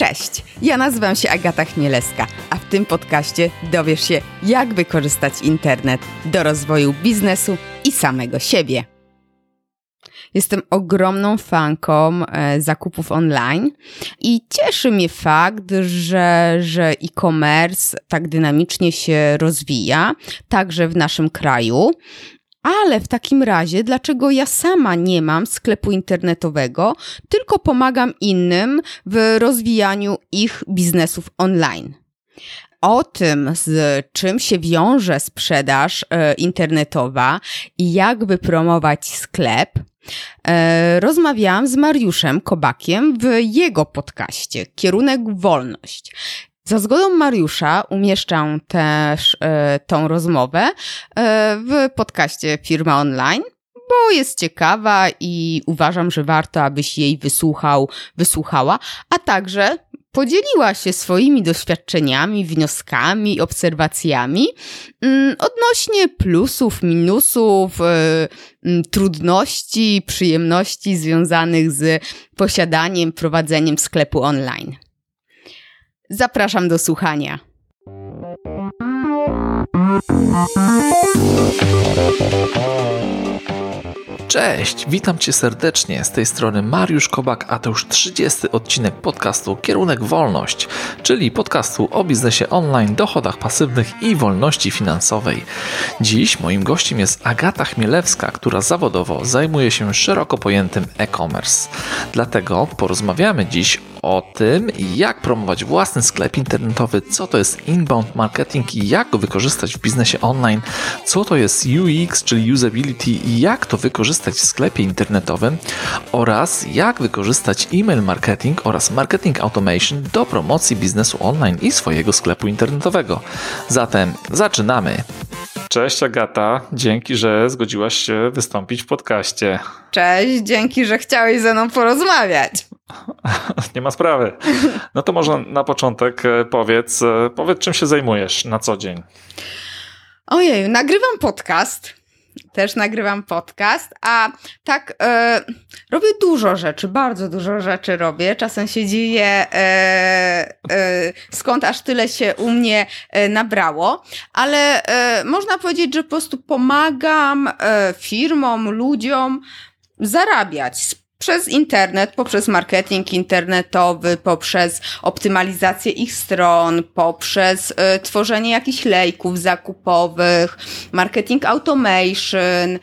Cześć, ja nazywam się Agata Chmielewska, a w tym podcaście dowiesz się, jak wykorzystać internet do rozwoju biznesu i samego siebie. Jestem ogromną fanką zakupów online i cieszy mnie fakt, że e-commerce tak dynamicznie się rozwija, także w naszym kraju. Ale w takim razie, dlaczego ja sama nie mam sklepu internetowego, tylko pomagam innym w rozwijaniu ich biznesów online? O tym, z czym się wiąże sprzedaż internetowa i jak wypromować sklep, rozmawiałam z Mariuszem Kobakiem w jego podcaście Kierunek Wolność. Za zgodą Mariusza umieszczam też tą rozmowę w podcaście Firma Online, bo jest ciekawa i uważam, że warto, abyś jej wysłuchała, a także podzieliła się swoimi doświadczeniami, wnioskami, obserwacjami odnośnie plusów, minusów, trudności, przyjemności związanych z posiadaniem, prowadzeniem sklepu online. Zapraszam do słuchania. Cześć, witam Cię serdecznie, z tej strony Mariusz Kobak, a to już 30. odcinek podcastu Kierunek Wolność, czyli podcastu o biznesie online, dochodach pasywnych i wolności finansowej. Dziś moim gościem jest Agata Chmielewska, która zawodowo zajmuje się szeroko pojętym e-commerce. Dlatego porozmawiamy dziś o tym, jak promować własny sklep internetowy, co to jest inbound marketing i jak go wykorzystać w biznesie online, co to jest UX, czyli usability i jak to wykorzystać w sklepie internetowym oraz jak wykorzystać e-mail marketing oraz marketing automation do promocji biznesu online i swojego sklepu internetowego. Zatem zaczynamy! Cześć Agata, dzięki, że zgodziłaś się wystąpić w podcaście. Cześć, dzięki, że chciałeś ze mną porozmawiać. Nie ma sprawy. No to może na początek powiedz, czym się zajmujesz na co dzień. Ojej, nagrywam podcast, a tak robię dużo rzeczy, bardzo dużo rzeczy robię. Czasem się dziwię, skąd aż tyle się u mnie nabrało, ale można powiedzieć, że po prostu pomagam firmom, ludziom zarabiać przez internet, poprzez marketing internetowy, poprzez optymalizację ich stron, poprzez tworzenie jakichś lejków zakupowych, marketing automation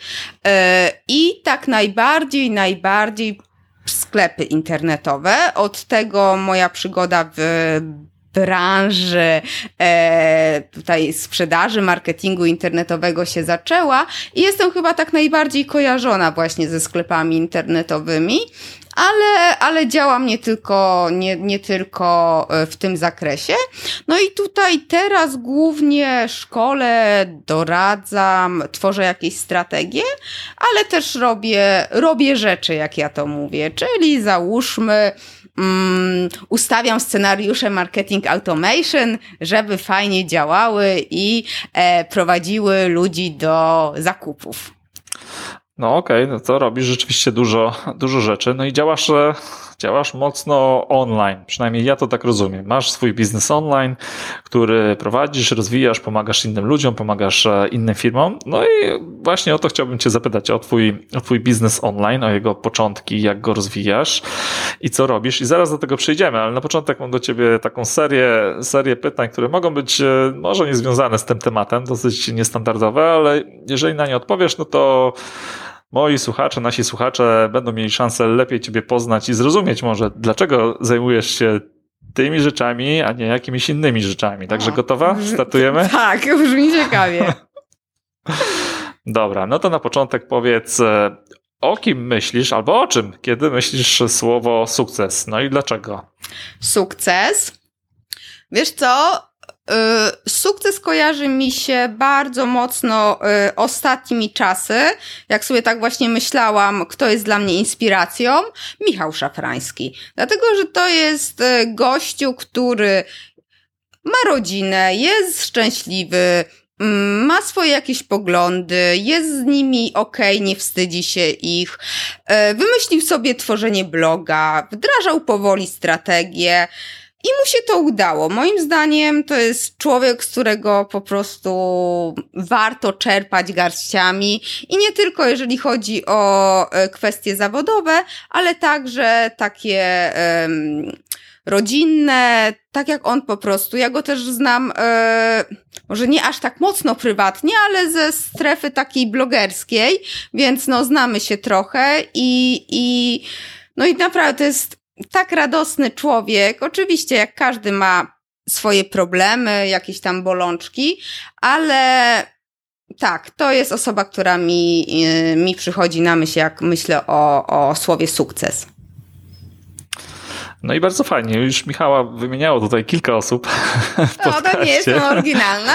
i tak najbardziej sklepy internetowe. Od tego moja przygoda w branży tutaj sprzedaży, marketingu internetowego się zaczęła i jestem chyba tak najbardziej kojarzona właśnie ze sklepami internetowymi, ale działam nie tylko w tym zakresie. No i tutaj teraz głównie szkolę, doradzam, tworzę jakieś strategie, ale też robię rzeczy, jak ja to mówię, czyli załóżmy ustawiam scenariusze marketing automation, żeby fajnie działały i prowadziły ludzi do zakupów. No okej, no to robisz rzeczywiście dużo rzeczy, no i działasz mocno online, przynajmniej ja to tak rozumiem. Masz swój biznes online, który prowadzisz, rozwijasz, pomagasz innym ludziom, pomagasz innym firmom. No i właśnie o to chciałbym Cię zapytać, o twój biznes online, o jego początki, jak go rozwijasz i co robisz. I zaraz do tego przejdziemy, ale na początek mam do Ciebie taką serię pytań, które mogą być może niezwiązane z tym tematem, dosyć niestandardowe, ale jeżeli na nie odpowiesz, no to nasi słuchacze będą mieli szansę lepiej Ciebie poznać i zrozumieć może, dlaczego zajmujesz się tymi rzeczami, a nie jakimiś innymi rzeczami. Także gotowa? Startujemy? Tak, brzmi ciekawie. Dobra, no to na początek powiedz, o kim myślisz albo o czym, kiedy myślisz słowo sukces? No i dlaczego? Sukces? Wiesz co? Sukces kojarzy mi się bardzo mocno ostatnimi czasy. Jak sobie tak właśnie myślałam, kto jest dla mnie inspiracją? Michał Szafrański. Dlatego, że to jest gościu, który ma rodzinę, jest szczęśliwy, ma swoje jakieś poglądy, jest z nimi okej, nie wstydzi się ich, wymyślił sobie tworzenie bloga, wdrażał powoli strategię. I mu się to udało. Moim zdaniem to jest człowiek, z którego po prostu warto czerpać garściami i nie tylko jeżeli chodzi o kwestie zawodowe, ale także takie rodzinne, tak jak on po prostu. Ja go też znam, może nie aż tak mocno prywatnie, ale ze strefy takiej blogerskiej, więc no znamy się trochę i naprawdę to jest tak radosny człowiek. Oczywiście jak każdy ma swoje problemy, jakieś tam bolączki, ale tak, to jest osoba, która mi przychodzi na myśl, jak myślę o słowie sukces. No i bardzo fajnie. Już Michała wymieniało tutaj kilka osób w podcaście. To nie jest oryginalne.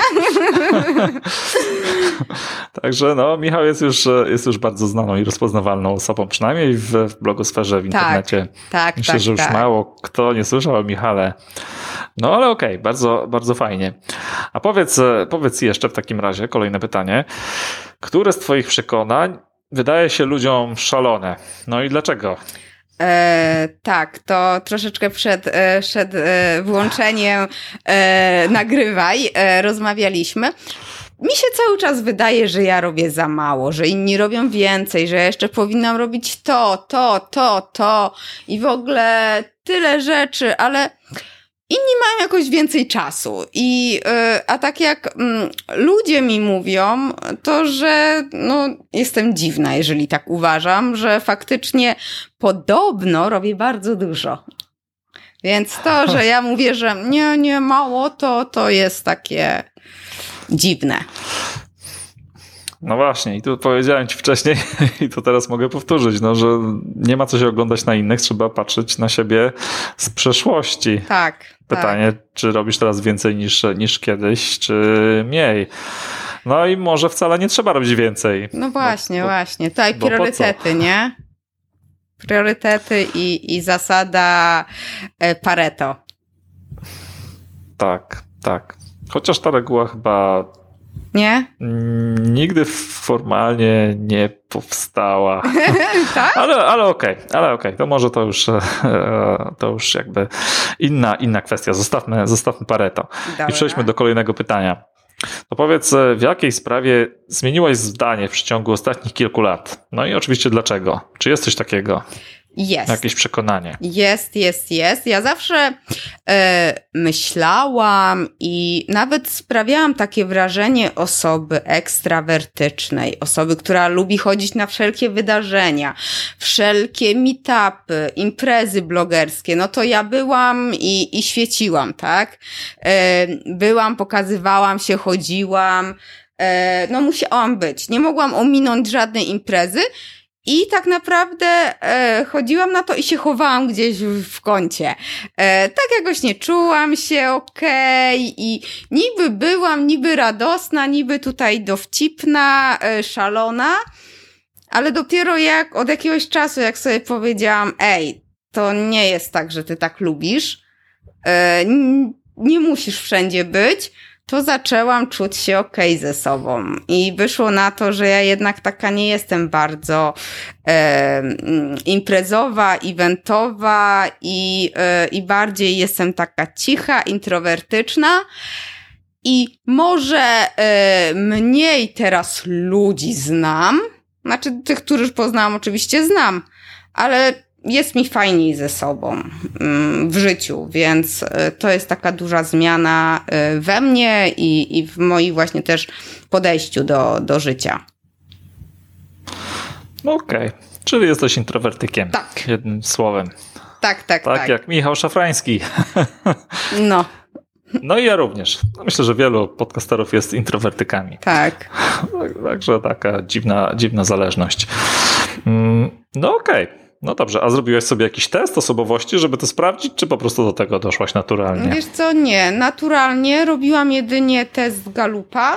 Także no, Michał jest już bardzo znaną i rozpoznawalną osobą, przynajmniej w blogosferze, w internecie. Tak. Myślę, że już mało kto nie słyszał o Michale. No ale okej, bardzo, bardzo fajnie. A powiedz jeszcze w takim razie, kolejne pytanie. Które z twoich przekonań wydaje się ludziom szalone? No i dlaczego? Tak, to troszeczkę przed włączeniem nagrywaj, rozmawialiśmy. Mi się cały czas wydaje, że ja robię za mało, że inni robią więcej, że ja jeszcze powinnam robić to i w ogóle tyle rzeczy, ale inni mają jakoś więcej czasu. A tak jak ludzie mi mówią, to że jestem dziwna, jeżeli tak uważam, że faktycznie podobno robię bardzo dużo. Więc to, że ja mówię, że nie mało, to jest takie dziwne. No właśnie, i tu powiedziałem ci wcześniej i to teraz mogę powtórzyć, że nie ma co się oglądać na innych, trzeba patrzeć na siebie z przeszłości. Tak. Pytanie, czy robisz teraz więcej niż kiedyś, czy mniej? No i może wcale nie trzeba robić więcej. No właśnie. Tutaj priorytety, nie? Priorytety i zasada Pareto. Tak. Chociaż ta reguła chyba nie? Nigdy formalnie nie powstała. Tak? Ale okej. To może to już jakby inna kwestia. Zostawmy Pareto. Dobra. I przejdźmy do kolejnego pytania. To powiedz, w jakiej sprawie zmieniłaś zdanie w przeciągu ostatnich kilku lat? No i oczywiście dlaczego? Czy jest coś takiego? Jest. Jakieś przekonanie? Jest. Ja zawsze myślałam i nawet sprawiałam takie wrażenie osoby ekstrawertycznej, osoby, która lubi chodzić na wszelkie wydarzenia, wszelkie meetupy, imprezy blogerskie. No to ja byłam i świeciłam, tak? Byłam, pokazywałam się, chodziłam. Musiałam być. Nie mogłam ominąć żadnej imprezy. I tak naprawdę chodziłam na to i się chowałam gdzieś w kącie. Tak jakoś nie czułam się okej i niby byłam, niby radosna, niby tutaj dowcipna, szalona, ale dopiero od jakiegoś czasu, jak sobie powiedziałam, to nie jest tak, że ty tak lubisz, nie musisz wszędzie być, to zaczęłam czuć się okej ze sobą. I wyszło na to, że ja jednak taka nie jestem bardzo imprezowa, eventowa i bardziej jestem taka cicha, introwertyczna. I może mniej teraz ludzi znam, znaczy tych, których poznałam oczywiście znam, ale jest mi fajniej ze sobą w życiu, więc to jest taka duża zmiana we mnie i w moim właśnie też podejściu do życia. Okej. Czyli jesteś introwertykiem. Tak. Jednym słowem. Tak. Tak jak Michał Szafrański. No. No i ja również. Myślę, że wielu podcasterów jest introwertykami. Tak. Także taka dziwna zależność. No okej. No dobrze, a zrobiłaś sobie jakiś test osobowości, żeby to sprawdzić, czy po prostu do tego doszłaś naturalnie? Wiesz co, nie. Naturalnie robiłam jedynie test Gallupa.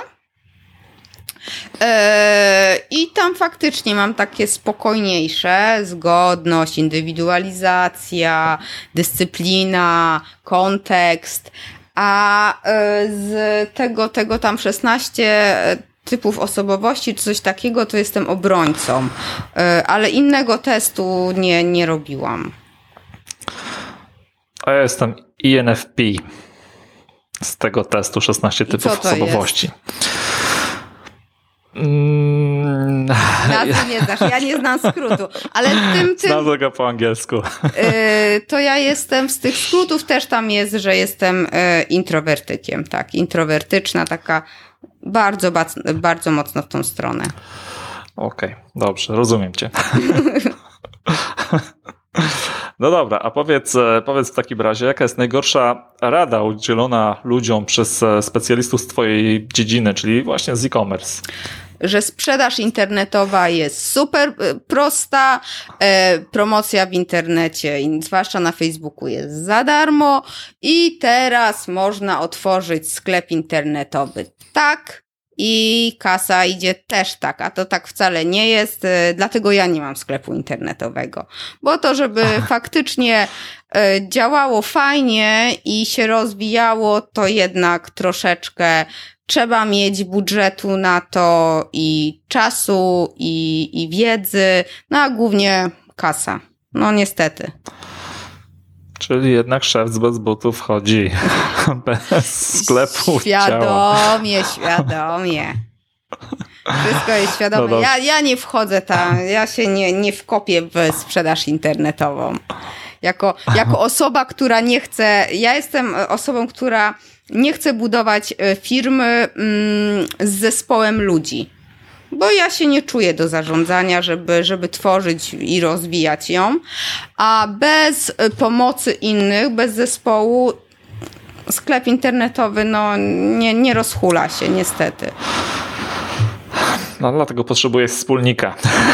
I tam faktycznie mam takie spokojniejsze: zgodność, indywidualizacja, dyscyplina, kontekst, a z tego tam 16 typów osobowości czy coś takiego, to jestem obrońcą, ale innego testu nie robiłam. A ja jestem ENFP z tego testu 16 typów osobowości. Nazwy nie znasz, ja nie znam skrótu, ale znam tego po angielsku. To ja jestem, z tych skrótów też tam jest, że jestem introwertykiem, tak, introwertyczna, taka bardzo, bardzo mocno w tą stronę. Okej, dobrze, rozumiem cię. No dobra, a powiedz w takim razie, jaka jest najgorsza rada udzielona ludziom przez specjalistów z twojej dziedziny, czyli właśnie z e-commerce? Że sprzedaż internetowa jest super prosta, promocja w internecie, zwłaszcza na Facebooku, jest za darmo i teraz można otworzyć sklep internetowy tak i kasa idzie też tak, a to tak wcale nie jest, dlatego ja nie mam sklepu internetowego, bo to, żeby faktycznie działało fajnie i się rozwijało, to jednak troszeczkę trzeba mieć budżetu na to i czasu i wiedzy, no a głównie kasa. No niestety. Czyli jednak szef bez butów chodzi bez sklepu. Świadomie. Wszystko jest świadome. No ja nie wchodzę tam, ja się nie wkopię w sprzedaż internetową. Jako osoba, która nie chce, ja jestem osobą, która nie chce budować firmy z zespołem ludzi. Bo ja się nie czuję do zarządzania, żeby tworzyć i rozwijać ją, a bez pomocy innych, bez zespołu sklep internetowy nie rozhula się niestety. No dlatego potrzebujesz wspólnika.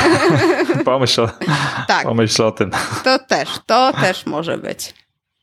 Pomyśl o tym. To też może być.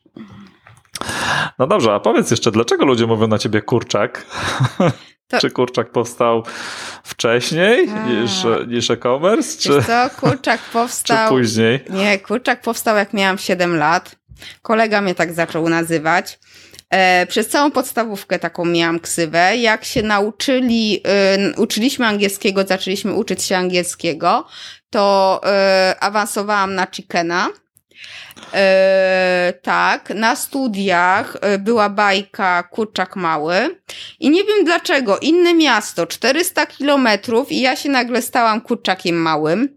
No dobrze, a powiedz jeszcze, dlaczego ludzie mówią na ciebie kurczak? Czy kurczak powstał wcześniej niż e-commerce? Czy kurczak powstał... Czy później? Nie, kurczak powstał jak miałam 7 lat. Kolega mnie tak zaczął nazywać. Przez całą podstawówkę taką miałam ksywę. Jak się uczyliśmy angielskiego, zaczęliśmy uczyć się angielskiego, to awansowałam na chickena. Tak, na studiach była bajka Kurczak Mały i nie wiem dlaczego, inne miasto, 400 kilometrów i ja się nagle stałam kurczakiem małym.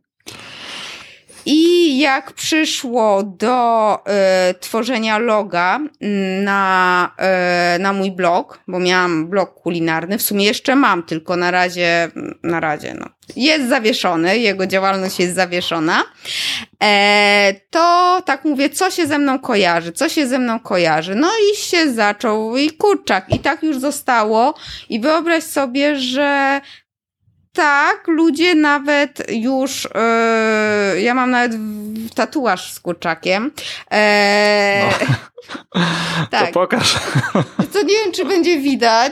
I jak przyszło do tworzenia loga na mój blog, bo miałam blog kulinarny, w sumie jeszcze mam, tylko na razie jest zawieszony, jego działalność jest zawieszona, to tak mówię, co się ze mną kojarzy, no i się zaczął i kurczak i tak już zostało i wyobraź sobie, że tak, ludzie nawet już, ja mam nawet tatuaż z kurczakiem. Tak. To pokaż. To nie wiem, czy będzie widać.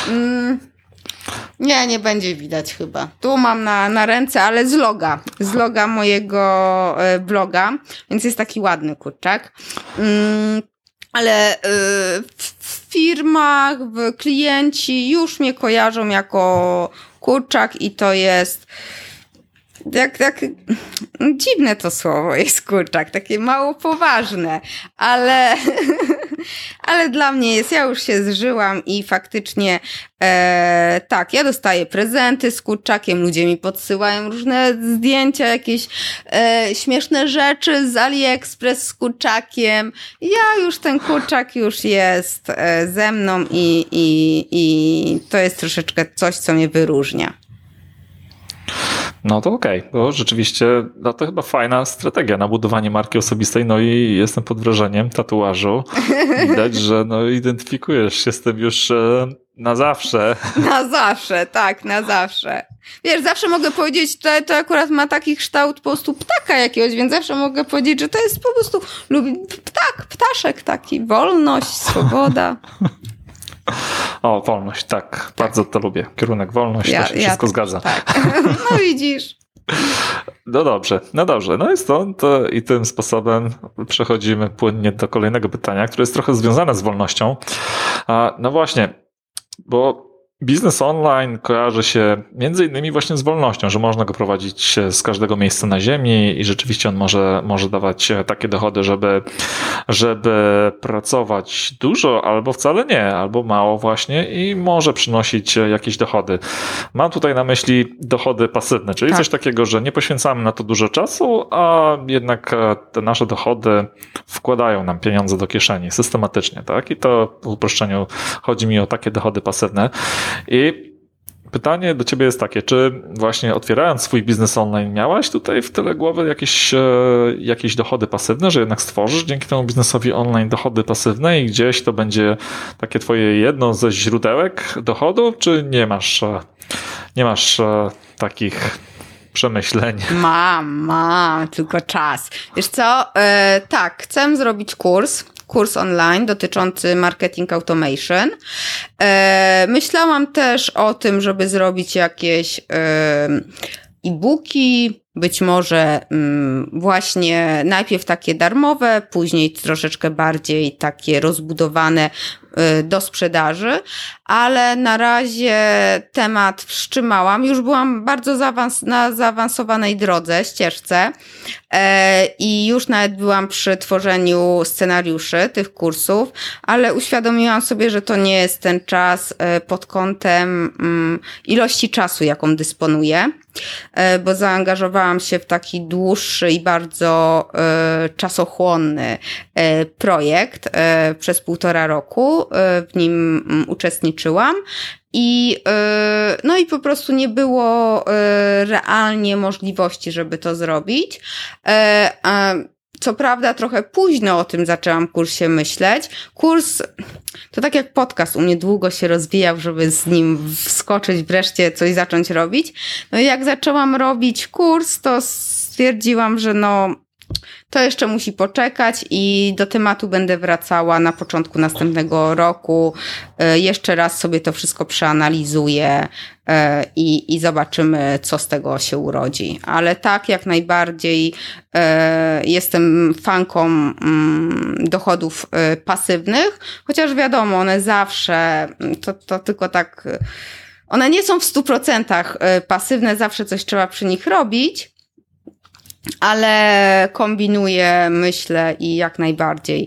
Nie będzie widać chyba. Tu mam na ręce, ale z loga mojego bloga, więc jest taki ładny kurczak. Ale w firmach, klienci już mnie kojarzą jako kurczak i to jest jak dziwne to słowo jest kurczak, takie mało poważne, ale dla mnie jest, ja już się zżyłam i faktycznie tak, ja dostaję prezenty z kurczakiem, ludzie mi podsyłają różne zdjęcia, jakieś śmieszne rzeczy z AliExpress z kurczakiem. Ja już ten kurczak już jest ze mną i to jest troszeczkę coś, co mnie wyróżnia. No to okej, bo rzeczywiście to chyba fajna strategia na budowanie marki osobistej, no i jestem pod wrażeniem tatuażu. Widać, że identyfikujesz się z tym już na zawsze. Na zawsze, tak, na zawsze. Wiesz, zawsze mogę powiedzieć, to akurat ma taki kształt po prostu ptaka jakiegoś, więc zawsze mogę powiedzieć, że to jest po prostu ptaszek taki, wolność, swoboda. O, wolność, tak. Bardzo to lubię. Kierunek wolność, to się wszystko zgadza. Tak. No widzisz. No dobrze. No i stąd i tym sposobem przechodzimy płynnie do kolejnego pytania, które jest trochę związane z wolnością. No właśnie, bo biznes online kojarzy się między innymi właśnie z wolnością, że można go prowadzić z każdego miejsca na ziemi i rzeczywiście on może dawać takie dochody, żeby żeby pracować dużo albo wcale nie, albo mało właśnie i może przynosić jakieś dochody. Mam tutaj na myśli dochody pasywne, czyli coś takiego, że nie poświęcamy na to dużo czasu, a jednak te nasze dochody wkładają nam pieniądze do kieszeni systematycznie, tak? I to w uproszczeniu chodzi mi o takie dochody pasywne. I pytanie do ciebie jest takie, czy właśnie otwierając swój biznes online miałaś tutaj w tyle głowy jakieś dochody pasywne, że jednak stworzysz dzięki temu biznesowi online dochody pasywne i gdzieś to będzie takie twoje jedno ze źródełek dochodu, czy nie masz takich przemyśleń? Mam, tylko czas. Wiesz co, tak, chcę zrobić kurs online dotyczący marketing automation. Myślałam też o tym, żeby zrobić jakieś e-booki, być może właśnie najpierw takie darmowe, później troszeczkę bardziej takie rozbudowane do sprzedaży, ale na razie temat wstrzymałam. Już byłam bardzo na zaawansowanej ścieżce i już nawet byłam przy tworzeniu scenariuszy tych kursów, ale uświadomiłam sobie, że to nie jest ten czas pod kątem ilości czasu, jaką dysponuję, bo zaangażowałam się w taki dłuższy i bardzo czasochłonny projekt przez 1,5 roku. W nim uczestniczyłam i po prostu nie było realnie możliwości, żeby to zrobić. Co prawda trochę późno o tym zaczęłam kursie myśleć. Kurs to tak jak podcast u mnie długo się rozwijał, żeby z nim wskoczyć, wreszcie coś zacząć robić. No i jak zaczęłam robić kurs, to stwierdziłam, że to jeszcze musi poczekać i do tematu będę wracała na początku następnego roku. Jeszcze raz sobie to wszystko przeanalizuję i zobaczymy, co z tego się urodzi. Ale tak, jak najbardziej jestem fanką dochodów pasywnych, chociaż wiadomo, one zawsze, to tylko tak, one nie są w 100% pasywne, zawsze coś trzeba przy nich robić. Ale kombinuję, myślę i jak najbardziej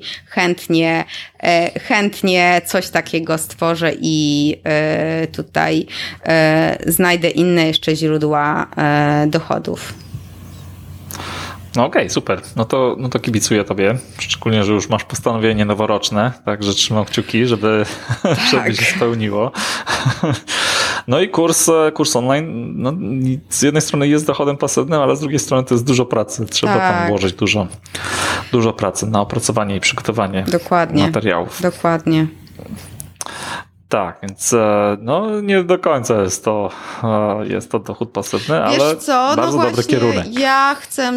chętnie coś takiego stworzę i tutaj znajdę inne jeszcze źródła dochodów. No okej, super. No to kibicuję tobie, szczególnie, że już masz postanowienie noworoczne, także trzymam kciuki, żeby się spełniło. No i kurs online, z jednej strony jest dochodem pasywnym, ale z drugiej strony to jest dużo pracy. Trzeba tam włożyć dużo pracy na opracowanie i przygotowanie materiałów. Dokładnie. Tak, więc nie do końca jest to dochód pasywny, ale bardzo dobry kierunek. Ja chcę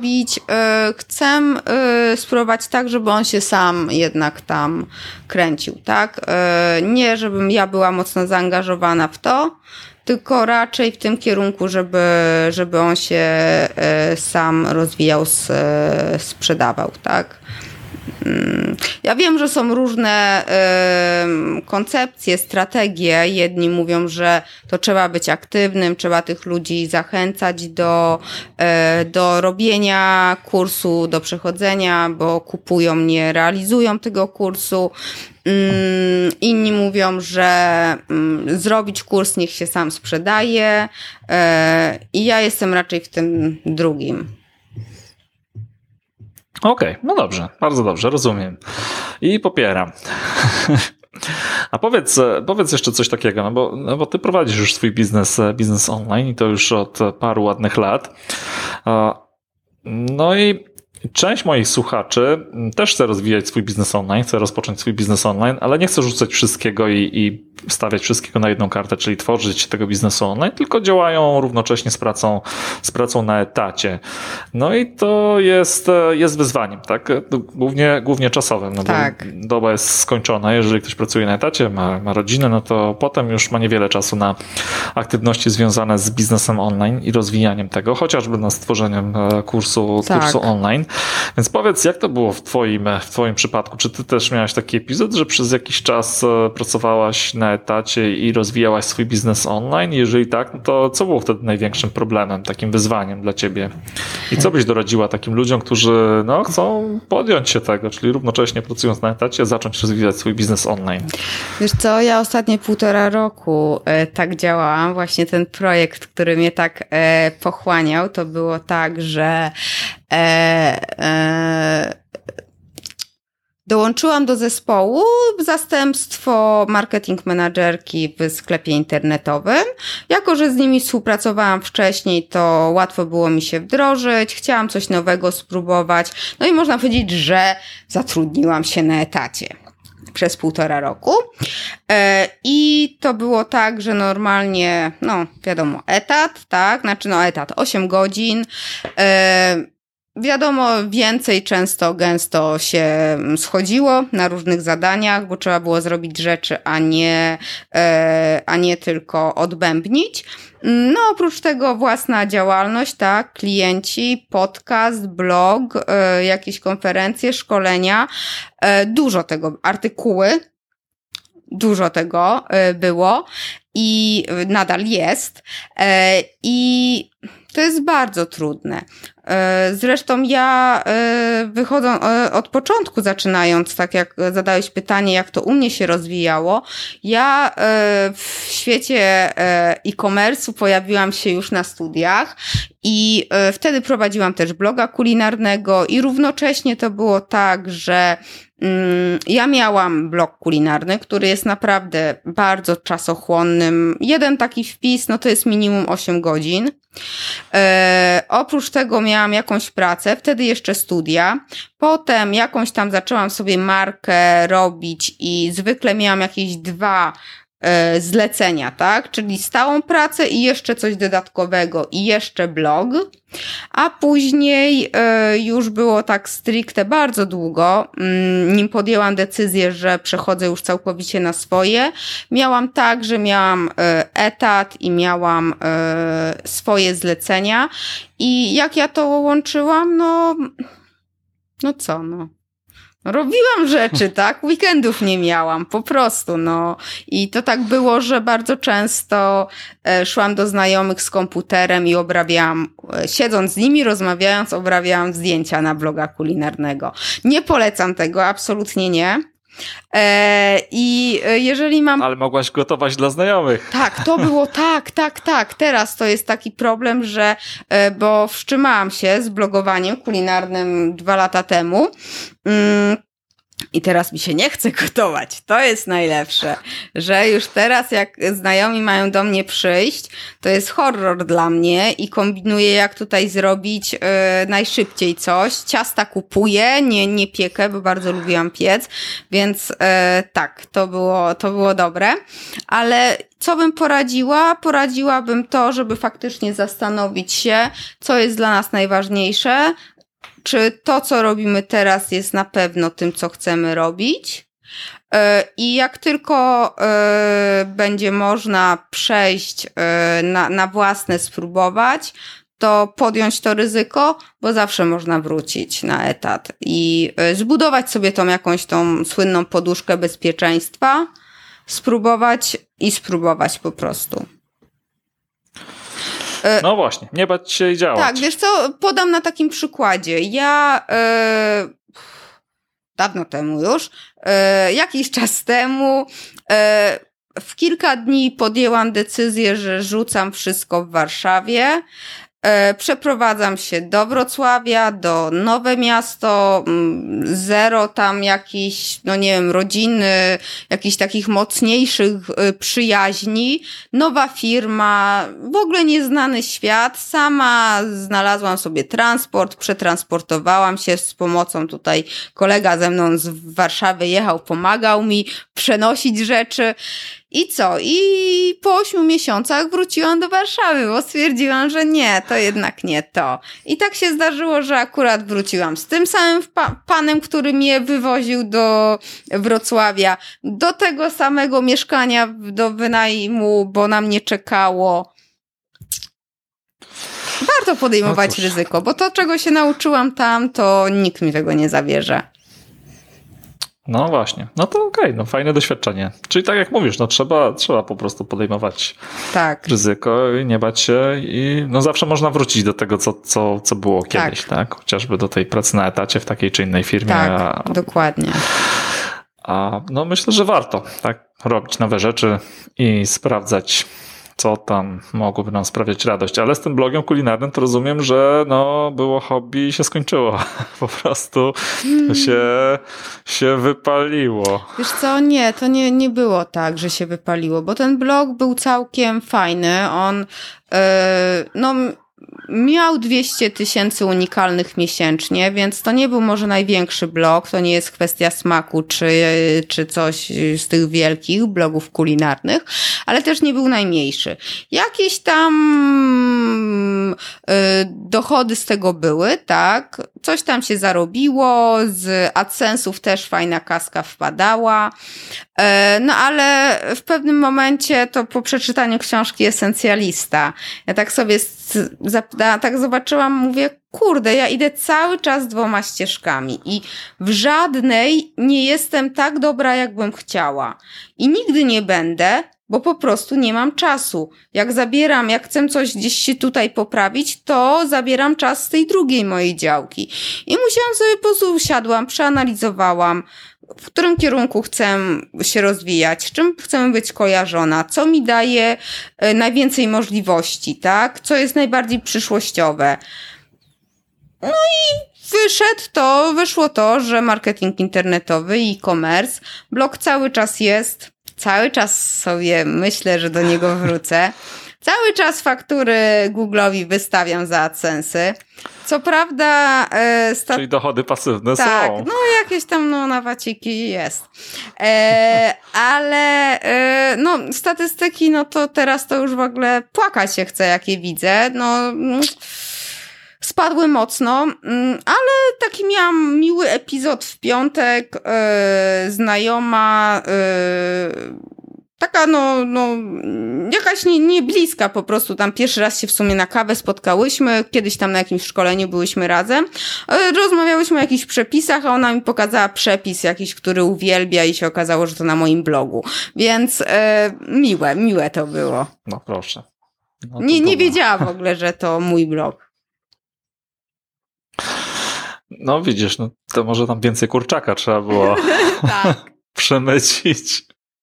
spróbować tak, żeby on się sam jednak tam kręcił, tak? Nie, żebym ja była mocno zaangażowana w to, tylko raczej w tym kierunku, żeby on się sam rozwijał, sprzedawał, tak? Ja wiem, że są różne koncepcje, strategie. Jedni mówią, że to trzeba być aktywnym, trzeba tych ludzi zachęcać do robienia kursu, do przechodzenia, bo kupują, nie realizują tego kursu. Inni mówią, że zrobić kurs, niech się sam sprzedaje. I ja jestem raczej w tym drugim. Okej, no dobrze, bardzo dobrze, rozumiem. I popieram. A powiedz jeszcze coś takiego, bo ty prowadzisz już swój biznes online i to już od paru ładnych lat. No i część moich słuchaczy też chce rozwijać swój biznes online, chce rozpocząć swój biznes online, ale nie chce rzucać wszystkiego i stawiać wszystkiego na jedną kartę, czyli tworzyć tego biznesu online, tylko działają równocześnie z pracą na etacie. No i to jest wyzwaniem, tak? Głównie czasowym, bo doba jest skończona. Jeżeli ktoś pracuje na etacie, ma rodzinę, no to potem już ma niewiele czasu na aktywności związane z biznesem online i rozwijaniem tego, chociażby stworzeniem kursu online. Więc powiedz, jak to było w twoim przypadku? Czy ty też miałaś taki epizod, że przez jakiś czas pracowałaś na etacie i rozwijałaś swój biznes online? Jeżeli tak, no to co było wtedy największym problemem, takim wyzwaniem dla ciebie? I co byś doradziła takim ludziom, którzy chcą podjąć się tego, czyli równocześnie pracując na etacie, zacząć rozwijać swój biznes online? Wiesz co, ja ostatnie 1,5 roku tak działałam. Właśnie ten projekt, który mnie tak pochłaniał, to było tak, że dołączyłam do zespołu zastępstwo marketing managerki w sklepie internetowym. Jako że z nimi współpracowałam wcześniej, to łatwo było mi się wdrożyć. Chciałam coś nowego spróbować. No i można powiedzieć, że zatrudniłam się na etacie przez 1,5 roku. I to było tak, że normalnie, wiadomo, etat, tak? Etat 8 godzin. Wiadomo, więcej często, gęsto się schodziło na różnych zadaniach, bo trzeba było zrobić rzeczy, a nie tylko odbębnić. No, oprócz tego własna działalność, tak, klienci, podcast, blog, jakieś konferencje, szkolenia, dużo tego, artykuły, dużo tego było i nadal jest. I to jest bardzo trudne. Zresztą ja wychodząc od początku, zaczynając, tak jak zadałeś pytanie, jak to u mnie się rozwijało, ja w świecie e-commerce'u pojawiłam się już na studiach i wtedy prowadziłam też bloga kulinarnego i równocześnie to było tak, że ja miałam blog kulinarny, który jest naprawdę bardzo czasochłonnym. Jeden taki wpis, to jest minimum 8 godzin. Oprócz tego miałam jakąś pracę, wtedy jeszcze studia. Potem jakąś tam zaczęłam sobie markę robić i zwykle miałam jakieś 2 zlecenia, tak? Czyli stałą pracę i jeszcze coś dodatkowego i jeszcze blog. A później już było tak stricte bardzo długo, nim podjęłam decyzję, że przechodzę już całkowicie na swoje. Miałam tak, że miałam etat i miałam swoje zlecenia i jak ja to łączyłam, robiłam rzeczy, tak? Weekendów nie miałam, po prostu, I to tak było, że bardzo często szłam do znajomych z komputerem i obrabiałam, siedząc z nimi, rozmawiając, obrabiałam zdjęcia na bloga kulinarnego. Nie polecam tego, absolutnie nie. I jeżeli mam... Ale mogłaś gotować dla znajomych. Tak, to było tak. Teraz to jest taki problem, że, bo wstrzymałam się z blogowaniem kulinarnym 2 lata temu. I teraz mi się nie chce gotować. To jest najlepsze, że już teraz jak znajomi mają do mnie przyjść, to jest horror dla mnie i kombinuję, jak tutaj zrobić najszybciej coś. Ciasta kupuję, nie piekę, bo bardzo lubiłam piec, więc tak, to było dobre. Ale co bym poradziła? Poradziłabym to, żeby faktycznie zastanowić się, co jest dla nas najważniejsze, czy to, co robimy teraz, jest na pewno tym, co chcemy robić. I jak tylko będzie można przejść na własne, spróbować, to podjąć to ryzyko, bo zawsze można wrócić na etat i zbudować sobie jakąś tą słynną poduszkę bezpieczeństwa, spróbować po prostu. No właśnie, nie bać się i działać. Tak, wiesz co, podam na takim przykładzie. Ja dawno temu już, jakiś czas temu, w kilka dni podjęłam decyzję, że rzucam wszystko w Warszawie. Przeprowadzam się do Wrocławia, do Nowe Miasto, zero tam jakichś, rodziny, jakichś takich mocniejszych przyjaźni, nowa firma, w ogóle nieznany świat, sama znalazłam sobie transport, przetransportowałam się z pomocą tutaj, kolega ze mną z Warszawy jechał, pomagał mi przenosić rzeczy. I co? I po 8 miesiącach wróciłam do Warszawy, bo stwierdziłam, że nie, to jednak nie to. I tak się zdarzyło, że akurat wróciłam z tym samym panem, który mnie wywoził do Wrocławia, do tego samego mieszkania do wynajmu, bo na mnie czekało. Warto podejmować ryzyko, bo to, czego się nauczyłam tam, to nikt mi tego nie zabierze. No właśnie, no to okej, no fajne doświadczenie. Czyli tak jak mówisz, no trzeba po prostu podejmować ryzyko i nie bać się i no zawsze można wrócić do tego, co było kiedyś, tak? Chociażby do tej pracy na etacie w takiej czy innej firmie. Tak, dokładnie. A no myślę, że warto tak robić nowe rzeczy i sprawdzać, co tam mogłoby nam sprawiać radość. Ale z tym blogiem kulinarnym to rozumiem, że no było hobby i się skończyło. Po prostu się wypaliło. Wiesz co, to nie było tak, że się wypaliło, bo ten blog był całkiem fajny. On miał 200 000 unikalnych miesięcznie, więc to nie był może największy blog, to nie jest kwestia smaku czy coś z tych wielkich blogów kulinarnych, ale też nie był najmniejszy. Jakieś tam dochody z tego były, tak? Coś tam się zarobiło, z AdSense'ów też fajna kaska wpadała, no ale w pewnym momencie to po przeczytaniu książki Esencjalista, ja tak sobie tak zobaczyłam, mówię, kurde, ja idę cały czas 2 ścieżkami i w żadnej nie jestem tak dobra, jakbym chciała. I nigdy nie będę, bo po prostu nie mam czasu. Jak chcę coś gdzieś się tutaj poprawić, to zabieram czas z tej drugiej mojej działki. I musiałam sobie, po prostu usiadłam, przeanalizowałam, w którym kierunku chcę się rozwijać, z czym chcę być kojarzona, co mi daje najwięcej możliwości, tak? Co jest najbardziej przyszłościowe. No i wyszło to, że marketing internetowy i e-commerce, blog cały czas jest, cały czas sobie myślę, że do niego wrócę. Cały czas faktury Google'owi wystawiam za AdSense'y. Co prawda... Czyli dochody pasywne są. Tak, no jakieś tam na waciki jest. Ale statystyki, no to teraz to już w ogóle płakać się chce, jak je widzę. Spadły mocno, ale taki miałam miły epizod w piątek. Znajoma... taka jakaś nie bliska po prostu, tam pierwszy raz się w sumie na kawę spotkałyśmy, kiedyś tam na jakimś szkoleniu byłyśmy razem, rozmawiałyśmy o jakichś przepisach, a ona mi pokazała przepis jakiś, który uwielbia i się okazało, że to na moim blogu, więc miłe to było. No proszę. No nie wiedziała w ogóle, że to mój blog. No widzisz, no to może tam więcej kurczaka trzeba było przemycić.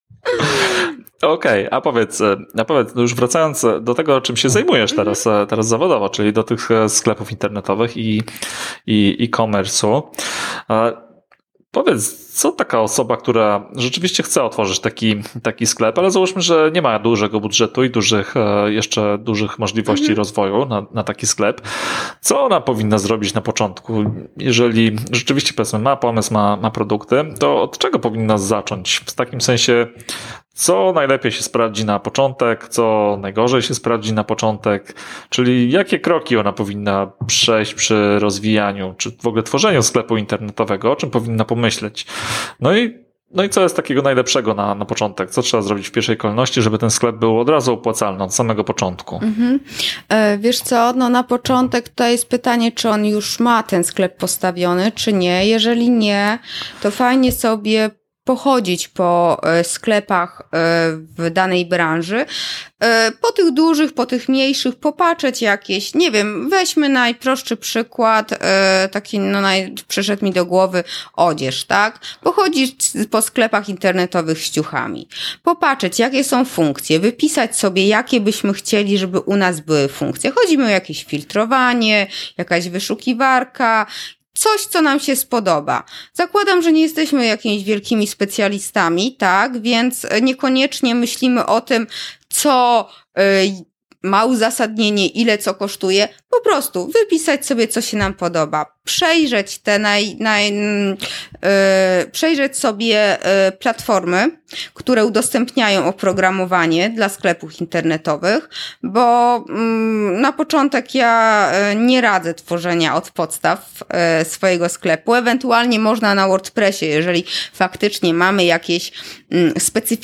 Okej, a powiedz, już wracając do tego, czym się zajmujesz teraz zawodowo, czyli do tych sklepów internetowych i e-commerce'u. Powiedz, co taka osoba, która rzeczywiście chce otworzyć taki sklep, ale załóżmy, że nie ma dużego budżetu i jeszcze dużych możliwości rozwoju na taki sklep. Co ona powinna zrobić na początku? Jeżeli rzeczywiście, powiedzmy, ma pomysł, ma produkty, to od czego powinna zacząć? W takim sensie, co najlepiej się sprawdzi na początek, co najgorzej się sprawdzi na początek, czyli jakie kroki ona powinna przejść przy rozwijaniu, czy w ogóle tworzeniu sklepu internetowego, o czym powinna pomyśleć. No i co jest takiego najlepszego na początek? Co trzeba zrobić w pierwszej kolejności, żeby ten sklep był od razu opłacalny od samego początku? Wiesz co, na początek to jest pytanie, czy on już ma ten sklep postawiony, czy nie. Jeżeli nie, to fajnie sobie pochodzić po sklepach w danej branży, po tych dużych, po tych mniejszych, popatrzeć jakieś, nie wiem, weźmy najprostszy przykład, taki przyszedł mi do głowy odzież, tak? Pochodzić po sklepach internetowych z ciuchami, popatrzeć jakie są funkcje, wypisać sobie jakie byśmy chcieli, żeby u nas były funkcje. Chodzi mi o jakieś filtrowanie, jakaś wyszukiwarka, coś, co nam się spodoba. Zakładam, że nie jesteśmy jakimiś wielkimi specjalistami, tak? Więc niekoniecznie myślimy o tym, co ma uzasadnienie, ile co kosztuje. Po prostu wypisać sobie, co się nam podoba. Przejrzeć przejrzeć sobie platformy, które udostępniają oprogramowanie dla sklepów internetowych, bo na początek ja nie radzę tworzenia od podstaw swojego sklepu. Ewentualnie można na WordPressie, jeżeli faktycznie mamy jakiś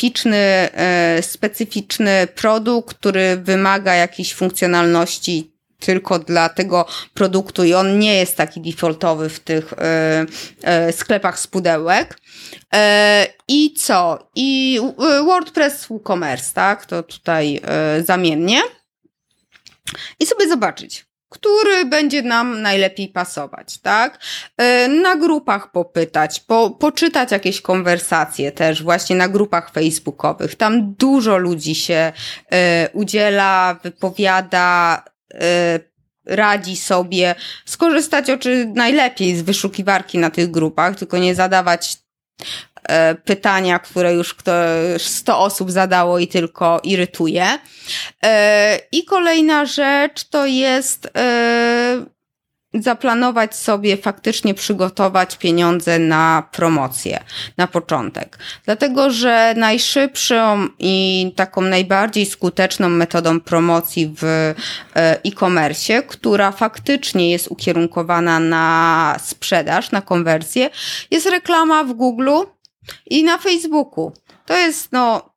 specyficzny produkt, który wymaga jakiejś funkcjonalności tylko dla tego produktu i on nie jest taki defaultowy w tych sklepach z pudełek. I co? I WordPress WooCommerce, tak? To tutaj zamiennie. I sobie zobaczyć, który będzie nam najlepiej pasować, tak? Na grupach popytać, poczytać jakieś konwersacje też właśnie na grupach facebookowych. Tam dużo ludzi się udziela, wypowiada, radzi sobie, skorzystać najlepiej z wyszukiwarki na tych grupach, tylko nie zadawać pytania, które już 100 osób zadało i tylko irytuje. I kolejna rzecz to jest zaplanować sobie, faktycznie przygotować pieniądze na promocję, na początek. Dlatego, że najszybszą i taką najbardziej skuteczną metodą promocji w e-commerce, która faktycznie jest ukierunkowana na sprzedaż, na konwersję, jest reklama w Google i na Facebooku. To jest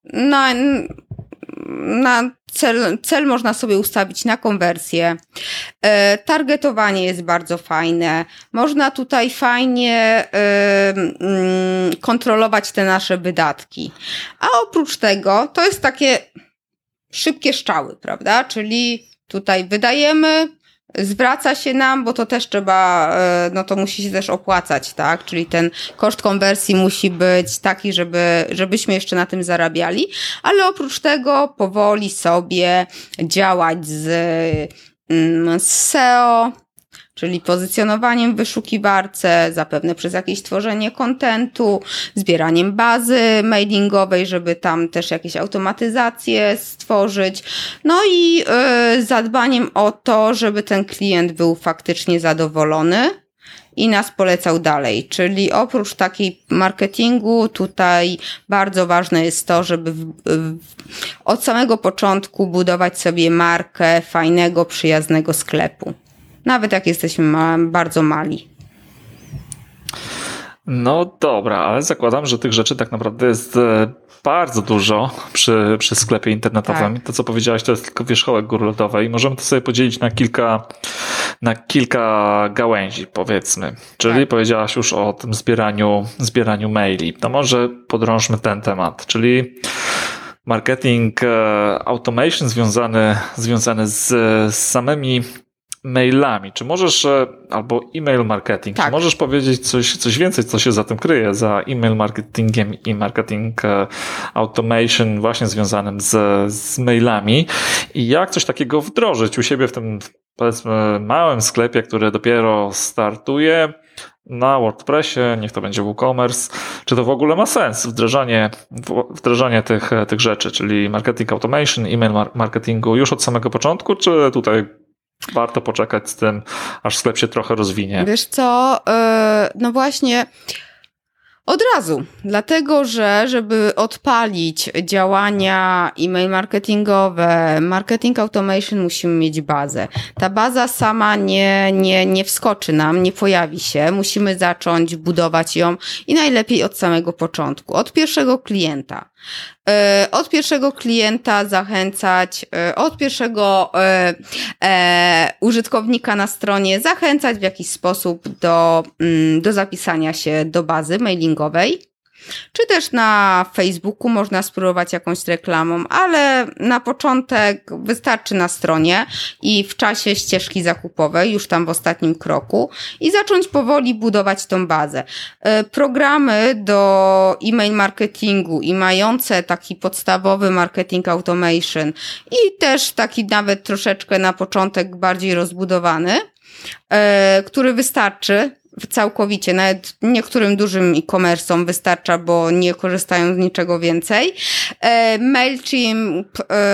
na cel można sobie ustawić na konwersję. Targetowanie jest bardzo fajne. Można tutaj fajnie kontrolować te nasze wydatki. A oprócz tego to jest takie szybkie strzały, prawda? Czyli tutaj wydajemy, zwraca się nam, bo to też trzeba, to musi się też opłacać, tak? Czyli ten koszt konwersji musi być taki, żebyśmy jeszcze na tym zarabiali, ale oprócz tego powoli sobie działać z SEO, czyli pozycjonowaniem w wyszukiwarce, zapewne przez jakieś tworzenie kontentu, zbieraniem bazy mailingowej, żeby tam też jakieś automatyzacje stworzyć, i zadbaniem o to, żeby ten klient był faktycznie zadowolony i nas polecał dalej. Czyli oprócz takiej marketingu tutaj bardzo ważne jest to, żeby od samego początku budować sobie markę fajnego, przyjaznego sklepu. Nawet jak jesteśmy bardzo mali. No dobra, ale zakładam, że tych rzeczy tak naprawdę jest bardzo dużo przy sklepie internetowym. Tak. To, co powiedziałaś, to jest tylko wierzchołek góry lodowej. Możemy to sobie podzielić na kilka gałęzi, powiedzmy. Czyli powiedziałaś już o tym zbieraniu maili. To może podrążmy ten temat, czyli marketing automation związany z samymi mailami. Czy możesz, albo e-mail marketing, czy możesz powiedzieć coś więcej, co się za tym kryje, za e-mail marketingiem i marketing automation właśnie związanym z mailami i jak coś takiego wdrożyć u siebie w tym, powiedzmy, małym sklepie, który dopiero startuje na WordPressie, niech to będzie WooCommerce, czy to w ogóle ma sens wdrażanie tych rzeczy, czyli marketing automation, e-mail marketingu już od samego początku, czy tutaj warto poczekać z tym, aż sklep się trochę rozwinie? Wiesz co, właśnie od razu, dlatego że żeby odpalić działania e-mail marketingowe, marketing automation, musimy mieć bazę. Ta baza sama nie wskoczy nam, nie pojawi się. Musimy zacząć budować ją i najlepiej od samego początku, od pierwszego klienta. Od pierwszego klienta zachęcać, od pierwszego użytkownika na stronie zachęcać w jakiś sposób do zapisania się do bazy mailingowej. Czy też na Facebooku można spróbować jakąś reklamą, ale na początek wystarczy na stronie i w czasie ścieżki zakupowej, już tam w ostatnim kroku i zacząć powoli budować tą bazę. Programy do e-mail marketingu i mające taki podstawowy marketing automation i też taki nawet troszeczkę na początek bardziej rozbudowany, który wystarczy całkowicie, nawet niektórym dużym e-commerce'om wystarcza, bo nie korzystają z niczego więcej. MailChimp,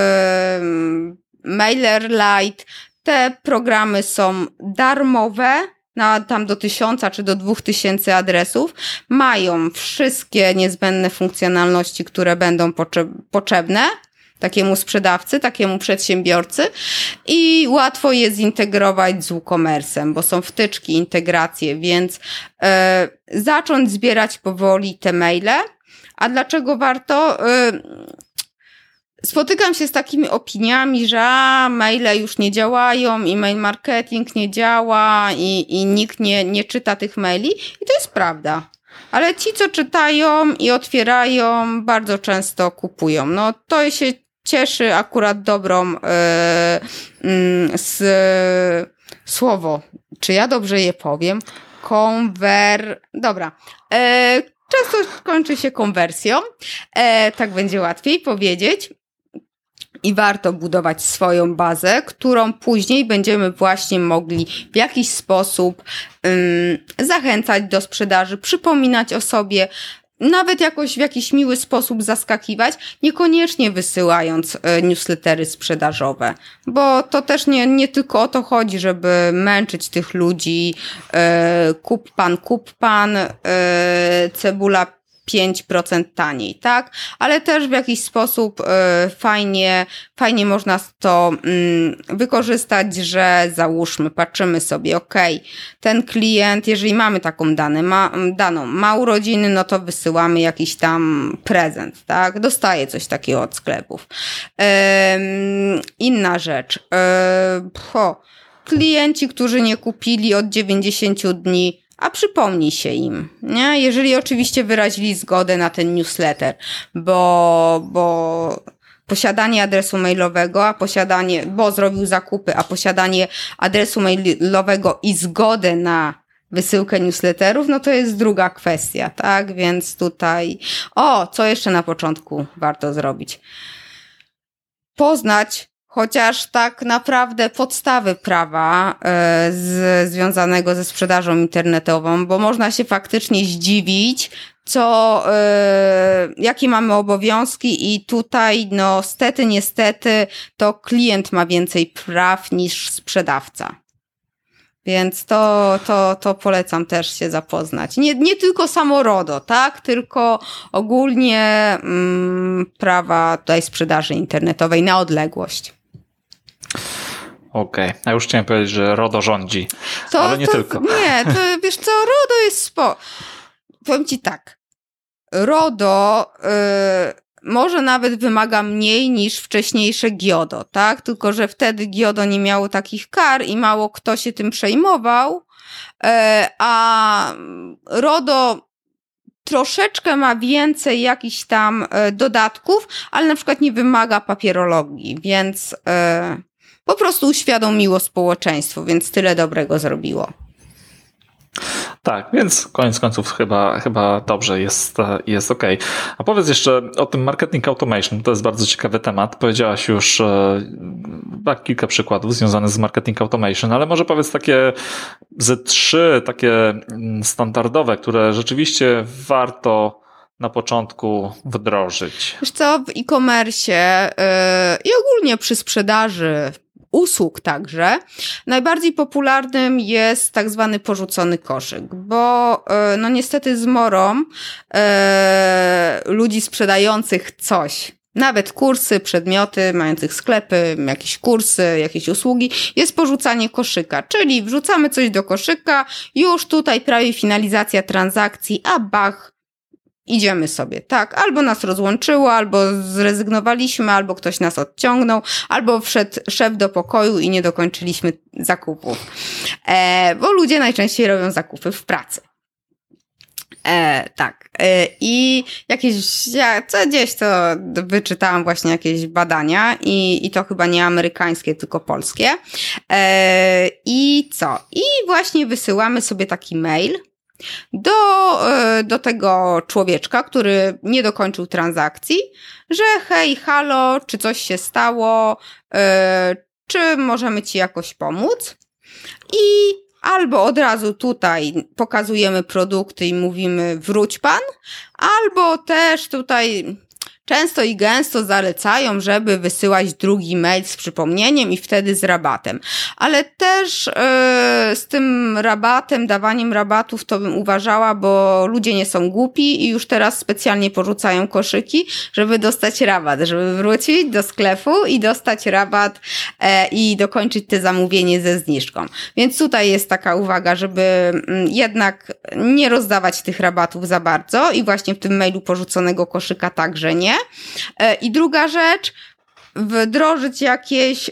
MailerLite, te programy są darmowe, tam do 1000 czy do 2000 adresów, mają wszystkie niezbędne funkcjonalności, które będą potrzebne takiemu sprzedawcy, takiemu przedsiębiorcy i łatwo je zintegrować z WooCommerce'em, bo są wtyczki, integracje, więc zacząć zbierać powoli te maile. A dlaczego warto? spotykam się z takimi opiniami, że maile już nie działają, e-mail marketing nie działa i nikt nie czyta tych maili. I to jest prawda. Ale ci, co czytają i otwierają, bardzo często kupują. No to się cieszy akurat dobrą słowo. Czy ja dobrze je powiem? Dobra. Często kończy się konwersją. Tak będzie łatwiej powiedzieć. I warto budować swoją bazę, którą później będziemy właśnie mogli w jakiś sposób zachęcać do sprzedaży, przypominać o sobie, nawet jakoś w jakiś miły sposób zaskakiwać, niekoniecznie wysyłając newslettery sprzedażowe, bo to też nie tylko o to chodzi, żeby męczyć tych ludzi, kup pan, cebula 5% taniej, tak? Ale też w jakiś sposób fajnie można to wykorzystać, że załóżmy, patrzymy sobie, ten klient, jeżeli mamy taką daną, ma urodziny, no to wysyłamy jakiś tam prezent, tak? Dostaje coś takiego od sklepów. Inna rzecz. Klienci, którzy nie kupili od 90 dni, a przypomnij się im, nie? Jeżeli oczywiście wyrazili zgodę na ten newsletter, bo posiadanie adresu mailowego, bo zrobił zakupy, a posiadanie adresu mailowego i zgodę na wysyłkę newsletterów, no to jest druga kwestia, tak? Więc tutaj, co jeszcze na początku warto zrobić? Poznać chociaż tak naprawdę podstawy prawa związanego ze sprzedażą internetową, bo można się faktycznie zdziwić, jakie mamy obowiązki i tutaj, no niestety, to klient ma więcej praw niż sprzedawca. Więc to polecam też się zapoznać. Nie tylko samo RODO, tak? Tylko ogólnie prawa tutaj sprzedaży internetowej na odległość. Okej. Ja już chciałem powiedzieć, że RODO rządzi, ale nie tylko. Nie, to wiesz co, RODO jest powiem ci tak. RODO może nawet wymaga mniej niż wcześniejsze GIODO, tak? Tylko że wtedy GIODO nie miało takich kar i mało kto się tym przejmował, a RODO troszeczkę ma więcej jakichś tam dodatków, ale na przykład nie wymaga papierologii, więc po prostu uświadomiło społeczeństwo, więc tyle dobrego zrobiło. Tak, więc koniec końców chyba dobrze jest okej. A powiedz jeszcze o tym marketing automation, to jest bardzo ciekawy temat. Powiedziałaś już kilka przykładów związanych z marketing automation, ale może powiedz takie ze 3 takie standardowe, które rzeczywiście warto na początku wdrożyć. Wiesz co, w e-commerce i ogólnie przy sprzedaży usług także, najbardziej popularnym jest tak zwany porzucony koszyk, bo no niestety zmorą ludzi sprzedających coś, nawet kursy, przedmioty, mających sklepy, jakieś kursy, jakieś usługi, jest porzucanie koszyka, czyli wrzucamy coś do koszyka, już tutaj prawie finalizacja transakcji, a bach, idziemy sobie, tak, albo nas rozłączyło, albo zrezygnowaliśmy, albo ktoś nas odciągnął, albo wszedł szef do pokoju i nie dokończyliśmy zakupów. Bo ludzie najczęściej robią zakupy w pracy. Tak. I gdzieś to wyczytałam właśnie jakieś badania i to chyba nie amerykańskie, tylko polskie. I co? I właśnie wysyłamy sobie taki mail do tego człowieczka, który nie dokończył transakcji, że hej, halo, czy coś się stało, czy możemy ci jakoś pomóc? I albo od razu tutaj pokazujemy produkty i mówimy wróć pan, albo też tutaj często i gęsto zalecają, żeby wysyłać drugi mail z przypomnieniem i wtedy z rabatem. Ale też z tym rabatem, dawaniem rabatów to bym uważała, bo ludzie nie są głupi i już teraz specjalnie porzucają koszyki, żeby dostać rabat, żeby wrócić do sklepu i dostać rabat i dokończyć te zamówienie ze zniżką. Więc tutaj jest taka uwaga, żeby jednak nie rozdawać tych rabatów za bardzo i właśnie w tym mailu porzuconego koszyka także nie. I druga rzecz, wdrożyć jakieś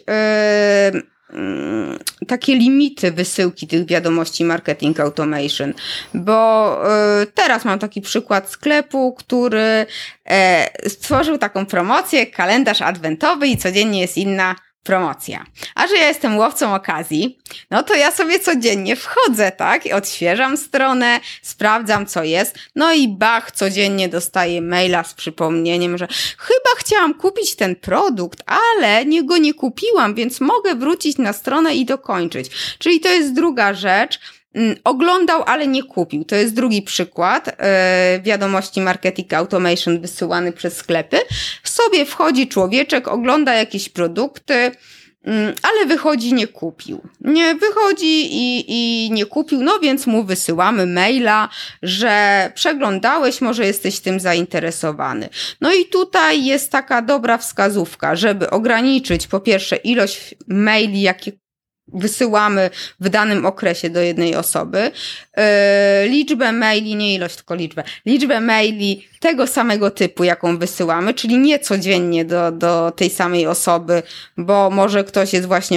takie limity wysyłki tych wiadomości marketing automation, bo teraz mam taki przykład sklepu, który stworzył taką promocję, kalendarz adwentowy i codziennie jest inna promocja. A że ja jestem łowcą okazji, no to ja sobie codziennie wchodzę, tak? I odświeżam stronę, sprawdzam co jest, no i bach, codziennie dostaję maila z przypomnieniem, że chyba chciałam kupić ten produkt, ale go nie kupiłam, więc mogę wrócić na stronę i dokończyć. Czyli to jest druga rzecz. Oglądał, ale nie kupił. To jest drugi przykład wiadomości marketing automation wysyłany przez sklepy. Sobie wchodzi człowieczek, ogląda jakieś produkty, ale wychodzi, nie kupił. Nie wychodzi i nie kupił, no więc mu wysyłamy maila, że przeglądałeś, może jesteś tym zainteresowany. No i tutaj jest taka dobra wskazówka, żeby ograniczyć po pierwsze ilość maili, jakie wysyłamy w danym okresie do jednej osoby, liczbę maili, nie ilość, tylko liczbę maili tego samego typu, jaką wysyłamy, czyli nie codziennie do tej samej osoby, bo może ktoś jest właśnie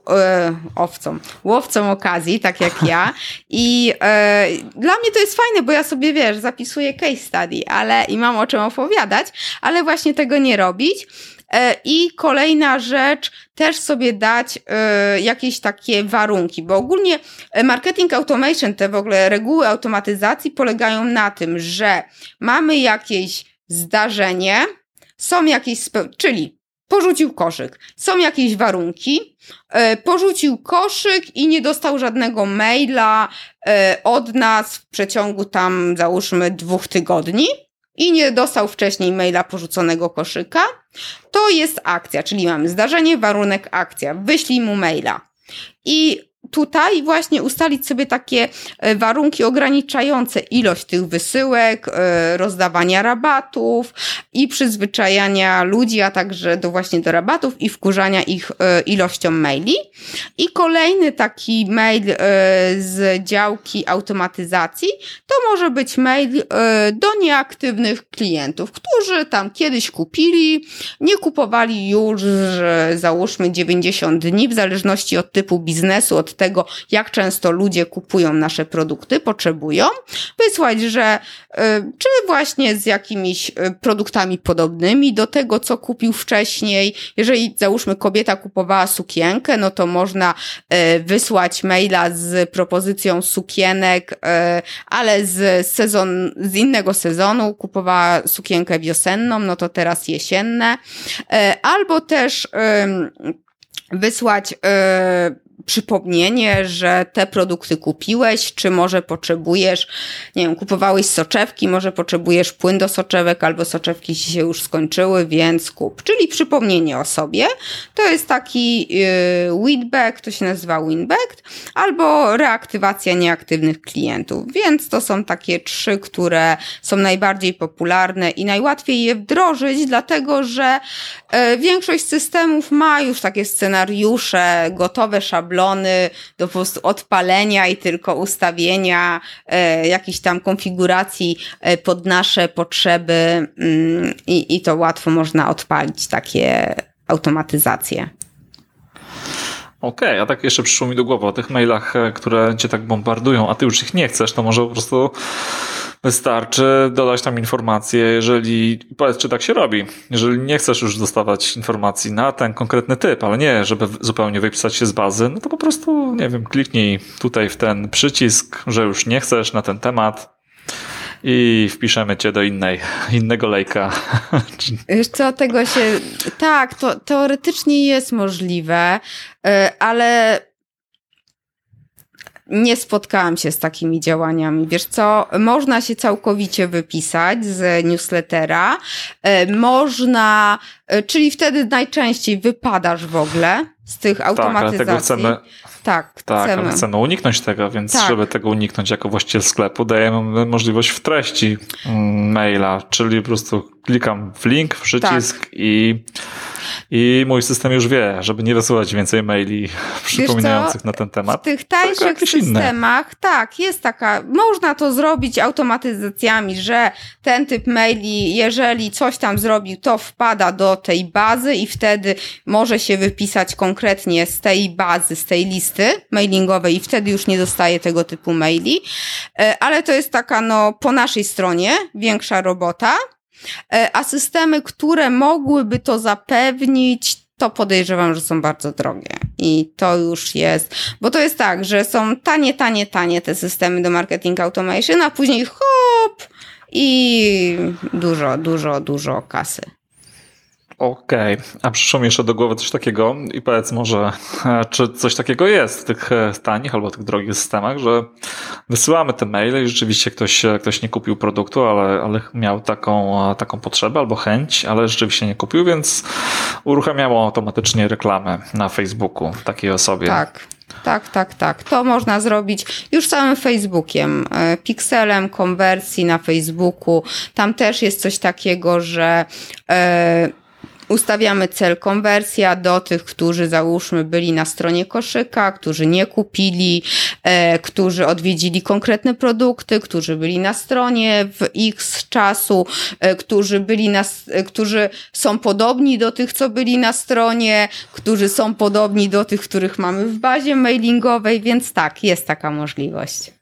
łowcą okazji, tak jak ja i dla mnie to jest fajne, bo ja sobie, zapisuję case study, i mam o czym opowiadać, ale właśnie tego nie robić. I kolejna rzecz, też sobie dać jakieś takie warunki, bo ogólnie marketing automation, te w ogóle reguły automatyzacji polegają na tym, że mamy jakieś zdarzenie, są jakieś, czyli porzucił koszyk, są jakieś warunki, porzucił koszyk i nie dostał żadnego maila od nas w przeciągu tam załóżmy 2 tygodni. I nie dostał wcześniej maila porzuconego koszyka, to jest akcja, czyli mamy zdarzenie, warunek, akcja. Wyślij mu maila. I tutaj właśnie ustalić sobie takie warunki ograniczające ilość tych wysyłek, rozdawania rabatów i przyzwyczajania ludzi, a także do rabatów i wkurzania ich ilością maili. I kolejny taki mail z działki automatyzacji to może być mail do nieaktywnych klientów, którzy tam kiedyś kupili, nie kupowali już załóżmy 90 dni, w zależności od typu biznesu, od tego, jak często ludzie kupują nasze produkty, potrzebują, wysłać, że czy właśnie z jakimiś produktami podobnymi do tego, co kupił wcześniej. Jeżeli załóżmy kobieta kupowała sukienkę, no to można wysłać maila z propozycją sukienek, ale z innego sezonu, kupowała sukienkę wiosenną, no to teraz jesienne. Albo też wysłać przypomnienie, że te produkty kupiłeś, czy może potrzebujesz, nie wiem, kupowałeś soczewki, może potrzebujesz płyn do soczewek, albo soczewki ci się już skończyły, więc kup. Czyli przypomnienie o sobie. To jest taki winback, to się nazywa winback, albo reaktywacja nieaktywnych klientów. Więc to są takie 3, które są najbardziej popularne i najłatwiej je wdrożyć, dlatego że większość systemów ma już takie scenariusze, gotowe szablony do po prostu odpalenia i tylko ustawienia jakichś tam konfiguracji pod nasze potrzeby i to łatwo można odpalić takie automatyzacje. Okej, a tak jeszcze przyszło mi do głowy o tych mailach, które cię tak bombardują, a ty już ich nie chcesz, to może po prostu wystarczy dodać tam informację, jeżeli, powiedz, czy tak się robi, jeżeli nie chcesz już dostawać informacji na ten konkretny typ, ale nie, żeby zupełnie wypisać się z bazy, no to po prostu, nie wiem, kliknij tutaj w ten przycisk, że już nie chcesz na ten temat i wpiszemy cię do innego lejka. Wiesz co, tego się... Tak, to teoretycznie jest możliwe, ale nie spotkałam się z takimi działaniami. Wiesz co, można się całkowicie wypisać z newslettera, można, czyli wtedy najczęściej wypadasz w ogóle z tych automatyzacji. Ale chcemy uniknąć tego, więc żeby tego uniknąć jako właściciel sklepu, dajemy możliwość w treści maila, czyli po prostu klikam w link, w przycisk i I mój system już wie, żeby nie wysyłać więcej maili przypominających na ten temat. W tych tańszych systemach, tak, jest taka, można to zrobić automatyzacjami, że ten typ maili, jeżeli coś tam zrobił, to wpada do tej bazy i wtedy może się wypisać konkretnie z tej bazy, z tej listy mailingowej i wtedy już nie dostaje tego typu maili. Ale to jest taka, po naszej stronie większa robota. A systemy, które mogłyby to zapewnić, to podejrzewam, że są bardzo drogie. I to już jest, bo to jest tak, że są tanie te systemy do marketing automation, a później hop i dużo kasy. Okej, a przyszło mi jeszcze do głowy coś takiego i powiedz może, czy coś takiego jest w tych tanich albo tych drogich systemach, że wysyłamy te maile i rzeczywiście ktoś nie kupił produktu, ale miał taką potrzebę albo chęć, ale rzeczywiście nie kupił, więc uruchamiało automatycznie reklamę na Facebooku takiej osobie. Tak. To można zrobić już samym Facebookiem, pikselem konwersji na Facebooku. Tam też jest coś takiego, że ustawiamy cel konwersja do tych, którzy załóżmy byli na stronie koszyka, którzy nie kupili, którzy odwiedzili konkretne produkty, którzy byli na stronie w X czasu, którzy są podobni do tych, co byli na stronie, którzy są podobni do tych, których mamy w bazie mailingowej, więc tak, jest taka możliwość.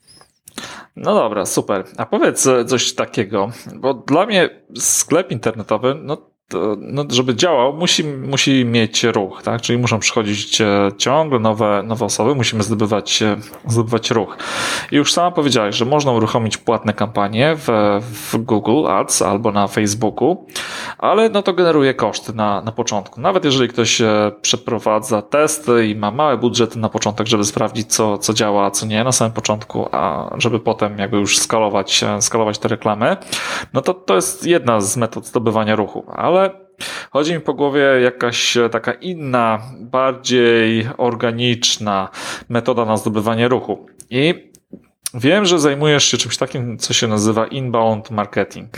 No dobra, super. A powiedz coś takiego, bo dla mnie sklep internetowy, żeby działał, musi mieć ruch, tak? Czyli muszą przychodzić ciągle nowe osoby, musimy zdobywać ruch. I już sama powiedziałaś, że można uruchomić płatne kampanie w Google Ads albo na Facebooku, ale to generuje koszty na początku. Nawet jeżeli ktoś przeprowadza testy i ma małe budżety na początek, żeby sprawdzić co działa, a co nie na samym początku, a żeby potem jakby już skalować te reklamy, to jest jedna z metod zdobywania ruchu, ale chodzi mi po głowie jakaś taka inna, bardziej organiczna metoda na zdobywanie ruchu. I wiem, że zajmujesz się czymś takim, co się nazywa inbound marketing.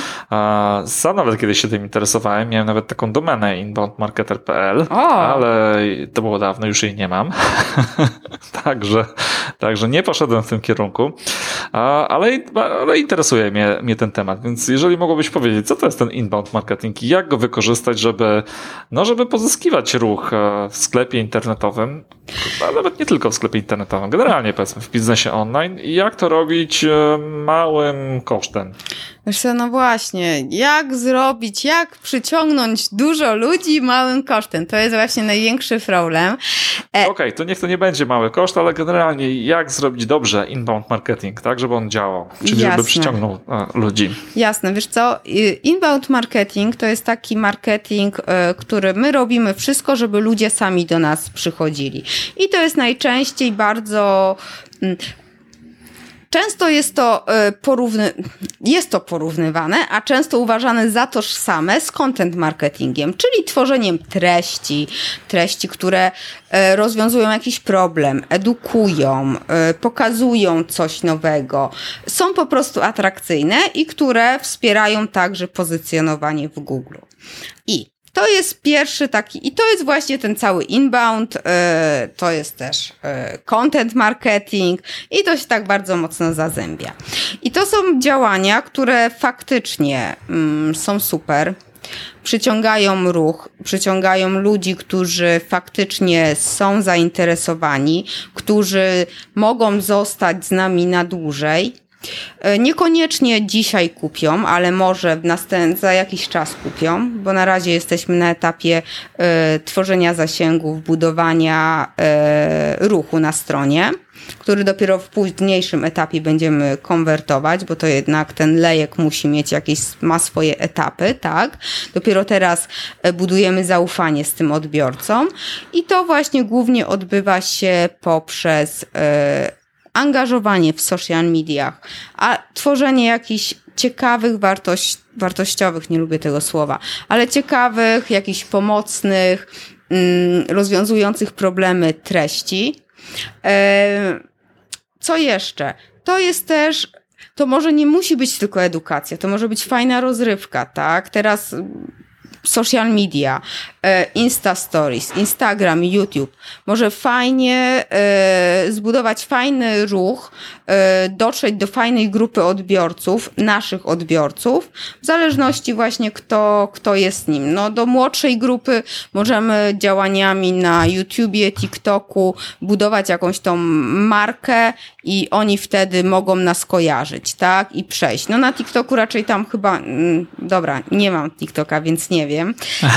Sam nawet kiedyś się tym interesowałem. Miałem nawet taką domenę inboundmarketer.pl, ale to było dawno, już jej nie mam. Także nie poszedłem w tym kierunku, ale interesuje mnie ten temat. Więc jeżeli mogłabyś powiedzieć, co to jest ten inbound marketing i jak go wykorzystać, żeby pozyskiwać ruch w sklepie internetowym, a nawet nie tylko w sklepie internetowym, generalnie powiedzmy w biznesie online i jak to robić małym kosztem? Wiesz co, właśnie, jak przyciągnąć dużo ludzi małym kosztem? To jest właśnie największy problem. Okej, to niech to nie będzie mały koszt, ale generalnie jak zrobić dobrze inbound marketing, tak, żeby on działał, czyli żeby przyciągnął ludzi. Jasne, wiesz co, inbound marketing to jest taki marketing, który my robimy wszystko, żeby ludzie sami do nas przychodzili. I to jest najczęściej bardzo... Często jest to porównywane, a często uważane za tożsame z content marketingiem, czyli tworzeniem treści, które rozwiązują jakiś problem, edukują, pokazują coś nowego, są po prostu atrakcyjne i które wspierają także pozycjonowanie w Google. I to jest pierwszy taki, i to jest właśnie ten cały inbound, to jest też content marketing i to się tak bardzo mocno zazębia. I to są działania, które faktycznie są super, przyciągają ruch, przyciągają ludzi, którzy faktycznie są zainteresowani, którzy mogą zostać z nami na dłużej. Niekoniecznie dzisiaj kupią, ale może za jakiś czas kupią, bo na razie jesteśmy na etapie tworzenia zasięgów, budowania ruchu na stronie, który dopiero w późniejszym etapie będziemy konwertować, bo to jednak ten lejek ma swoje etapy, tak? Dopiero teraz budujemy zaufanie z tym odbiorcą i to właśnie głównie odbywa się poprzez angażowanie w social mediach, a tworzenie jakichś ciekawych, wartościowych, nie lubię tego słowa, ale ciekawych, jakichś pomocnych, rozwiązujących problemy treści. Co jeszcze? To jest też, to może nie musi być tylko edukacja, to może być fajna rozrywka, tak? Teraz social media, Insta Stories, Instagram, YouTube. Może fajnie zbudować fajny ruch, dotrzeć do fajnej grupy odbiorców, naszych odbiorców, w zależności właśnie kto jest nim. No, do młodszej grupy możemy działaniami na YouTubie, TikToku budować jakąś tą markę i oni wtedy mogą nas kojarzyć, tak? I przejść. No na TikToku raczej tam chyba, dobra, nie mam TikToka, więc nie wiem.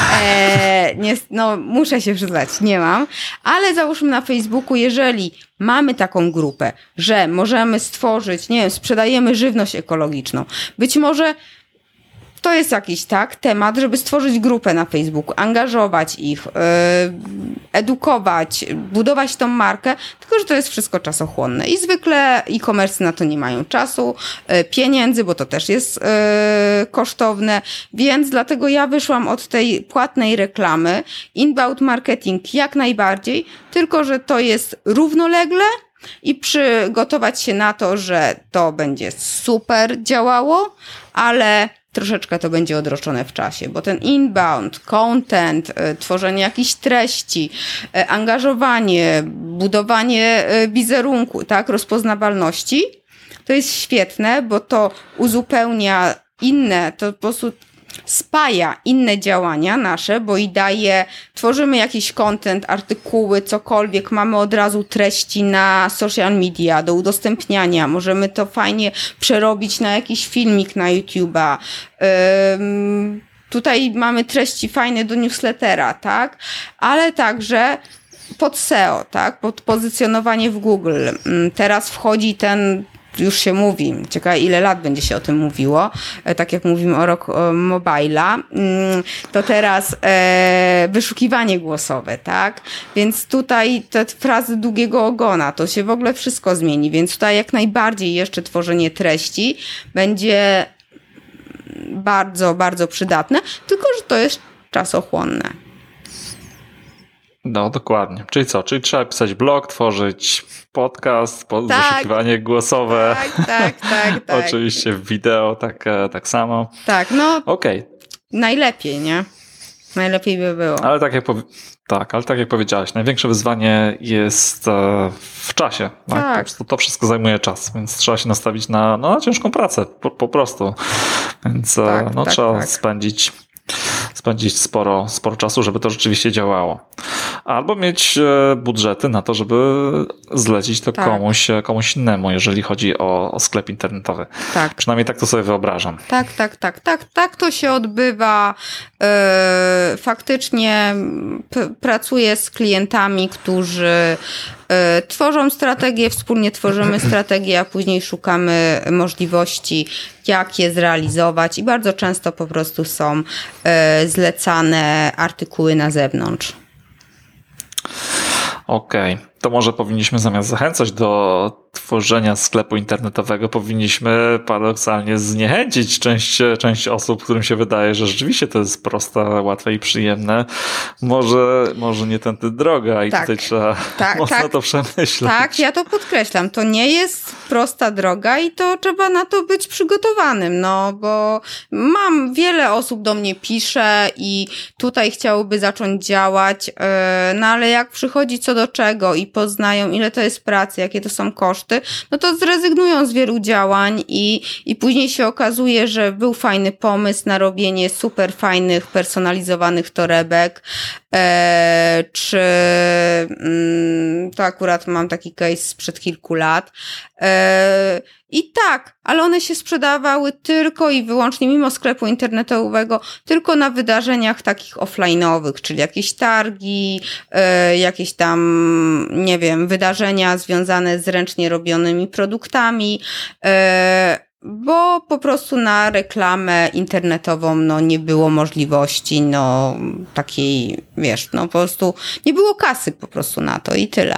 No muszę się przyznać, nie mam. Ale załóżmy na Facebooku, jeżeli mamy taką grupę, że możemy stworzyć, nie wiem, sprzedajemy żywność ekologiczną. Być może to jest jakiś temat, żeby stworzyć grupę na Facebooku, angażować ich, edukować, budować tą markę, tylko że to jest wszystko czasochłonne. I zwykle e-commerce na to nie mają czasu, pieniędzy, bo to też jest kosztowne, więc dlatego ja wyszłam od tej płatnej reklamy. Inbound marketing jak najbardziej, tylko że to jest równolegle i przygotować się na to, że to będzie super działało, ale troszeczkę to będzie odroczone w czasie, bo ten inbound, content, tworzenie jakichś treści, angażowanie, budowanie wizerunku, tak, rozpoznawalności, to jest świetne, bo to uzupełnia inne, to po prostu spaja inne działania nasze, bo i daje, tworzymy jakiś content, artykuły, cokolwiek, mamy od razu treści na social media do udostępniania, możemy to fajnie przerobić na jakiś filmik na YouTube'a. Tutaj mamy treści fajne do newslettera, tak? Ale także pod SEO, tak? Pod pozycjonowanie w Google. Teraz wchodzi już się mówi, ciekawe ile lat będzie się o tym mówiło, tak jak mówimy o Rock Mobile'a, to teraz wyszukiwanie głosowe, tak? Więc tutaj te frazy długiego ogona, to się w ogóle wszystko zmieni, więc tutaj jak najbardziej jeszcze tworzenie treści będzie bardzo, bardzo przydatne, tylko że to jest czasochłonne. No, dokładnie. Czyli co? Czyli trzeba pisać blog, tworzyć podcast, wyszukiwanie głosowe. Tak. Oczywiście wideo tak samo. Tak, no. Okej. Najlepiej, nie? Najlepiej by było. Ale tak jak powiedziałaś, największe wyzwanie jest w czasie. Tak. To wszystko zajmuje czas, więc trzeba się nastawić na ciężką pracę, po prostu. Więc trzeba spędzić sporo czasu, żeby to rzeczywiście działało. Albo mieć budżety na to, żeby zlecić to komuś innemu, jeżeli chodzi o sklep internetowy. Tak. Przynajmniej tak to sobie wyobrażam. Tak to się odbywa. Faktycznie pracuję z klientami, którzy tworzą strategię, wspólnie tworzymy strategię, a później szukamy możliwości, jak je zrealizować i bardzo często po prostu są zlecane artykuły na zewnątrz. Okej. To może powinniśmy zamiast zachęcać do tworzenia sklepu internetowego, powinniśmy paradoksalnie zniechęcić część osób, którym się wydaje, że rzeczywiście to jest proste, łatwe i przyjemne. Może nie tędy droga i tutaj trzeba mocno to przemyśleć. Tak, ja to podkreślam. To nie jest prosta droga i to trzeba na to być przygotowanym, bo wiele osób do mnie pisze i tutaj chciałoby zacząć działać, ale jak przychodzi co do czego i poznają, ile to jest pracy, jakie to są koszty, no to zrezygnują z wielu działań i później się okazuje, że był fajny pomysł na robienie super fajnych, personalizowanych torebek, czy to akurat mam taki case sprzed kilku lat. I tak, ale one się sprzedawały tylko i wyłącznie, mimo sklepu internetowego, tylko na wydarzeniach takich offline'owych, czyli jakieś targi, jakieś tam, nie wiem, wydarzenia związane z ręcznie robionymi produktami, bo po prostu na reklamę internetową nie było możliwości takiej, po prostu nie było kasy po prostu na to i tyle.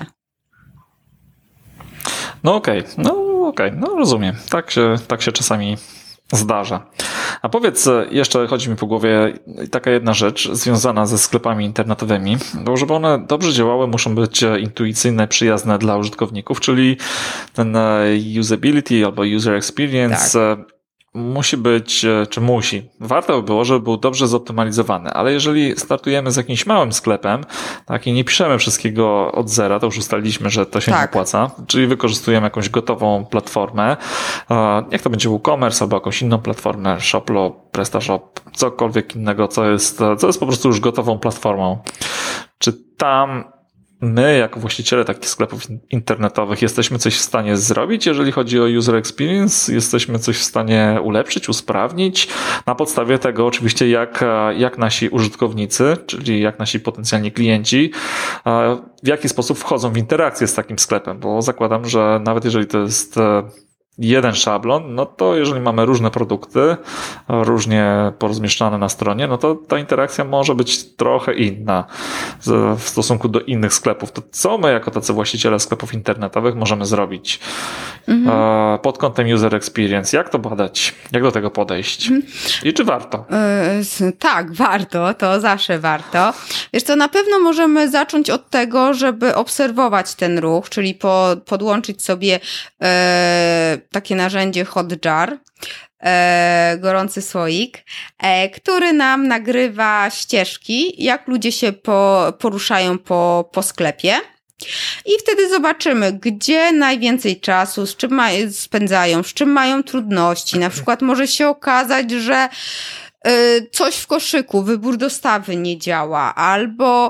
Okej, rozumiem. Tak się czasami zdarza. A powiedz, jeszcze chodzi mi po głowie taka jedna rzecz związana ze sklepami internetowymi, bo żeby one dobrze działały, muszą być intuicyjne, przyjazne dla użytkowników, czyli ten usability albo user experience warto by było, żeby był dobrze zoptymalizowany, ale jeżeli startujemy z jakimś małym sklepem, tak, i nie piszemy wszystkiego od zera, to już ustaliliśmy, że to się nie opłaca, czyli wykorzystujemy jakąś gotową platformę, niech to będzie WooCommerce albo jakąś inną platformę, Shoplo, PrestaShop, cokolwiek innego, co jest po prostu już gotową platformą. Czy tam my, jako właściciele takich sklepów internetowych, jesteśmy coś w stanie zrobić, jeżeli chodzi o user experience? Jesteśmy coś w stanie ulepszyć, usprawnić? Na podstawie tego oczywiście, jak nasi użytkownicy, czyli jak nasi potencjalni klienci, w jaki sposób wchodzą w interakcję z takim sklepem, bo zakładam, że nawet jeżeli to jest jeden szablon, no to jeżeli mamy różne produkty, różnie porozmieszczane na stronie, no to ta interakcja może być trochę inna w stosunku do innych sklepów. To co my jako tacy właściciele sklepów internetowych możemy zrobić pod kątem user experience? Jak to badać? Jak do tego podejść? I czy warto? Tak, warto. To zawsze warto. Wiesz co, na pewno możemy zacząć od tego, żeby obserwować ten ruch, czyli podłączyć sobie takie narzędzie Hotjar, gorący słoik, który nam nagrywa ścieżki, jak ludzie się poruszają po sklepie. I wtedy zobaczymy, gdzie najwięcej czasu, z czym spędzają, z czym mają trudności. Na przykład może się okazać, że coś w koszyku, wybór dostawy nie działa, albo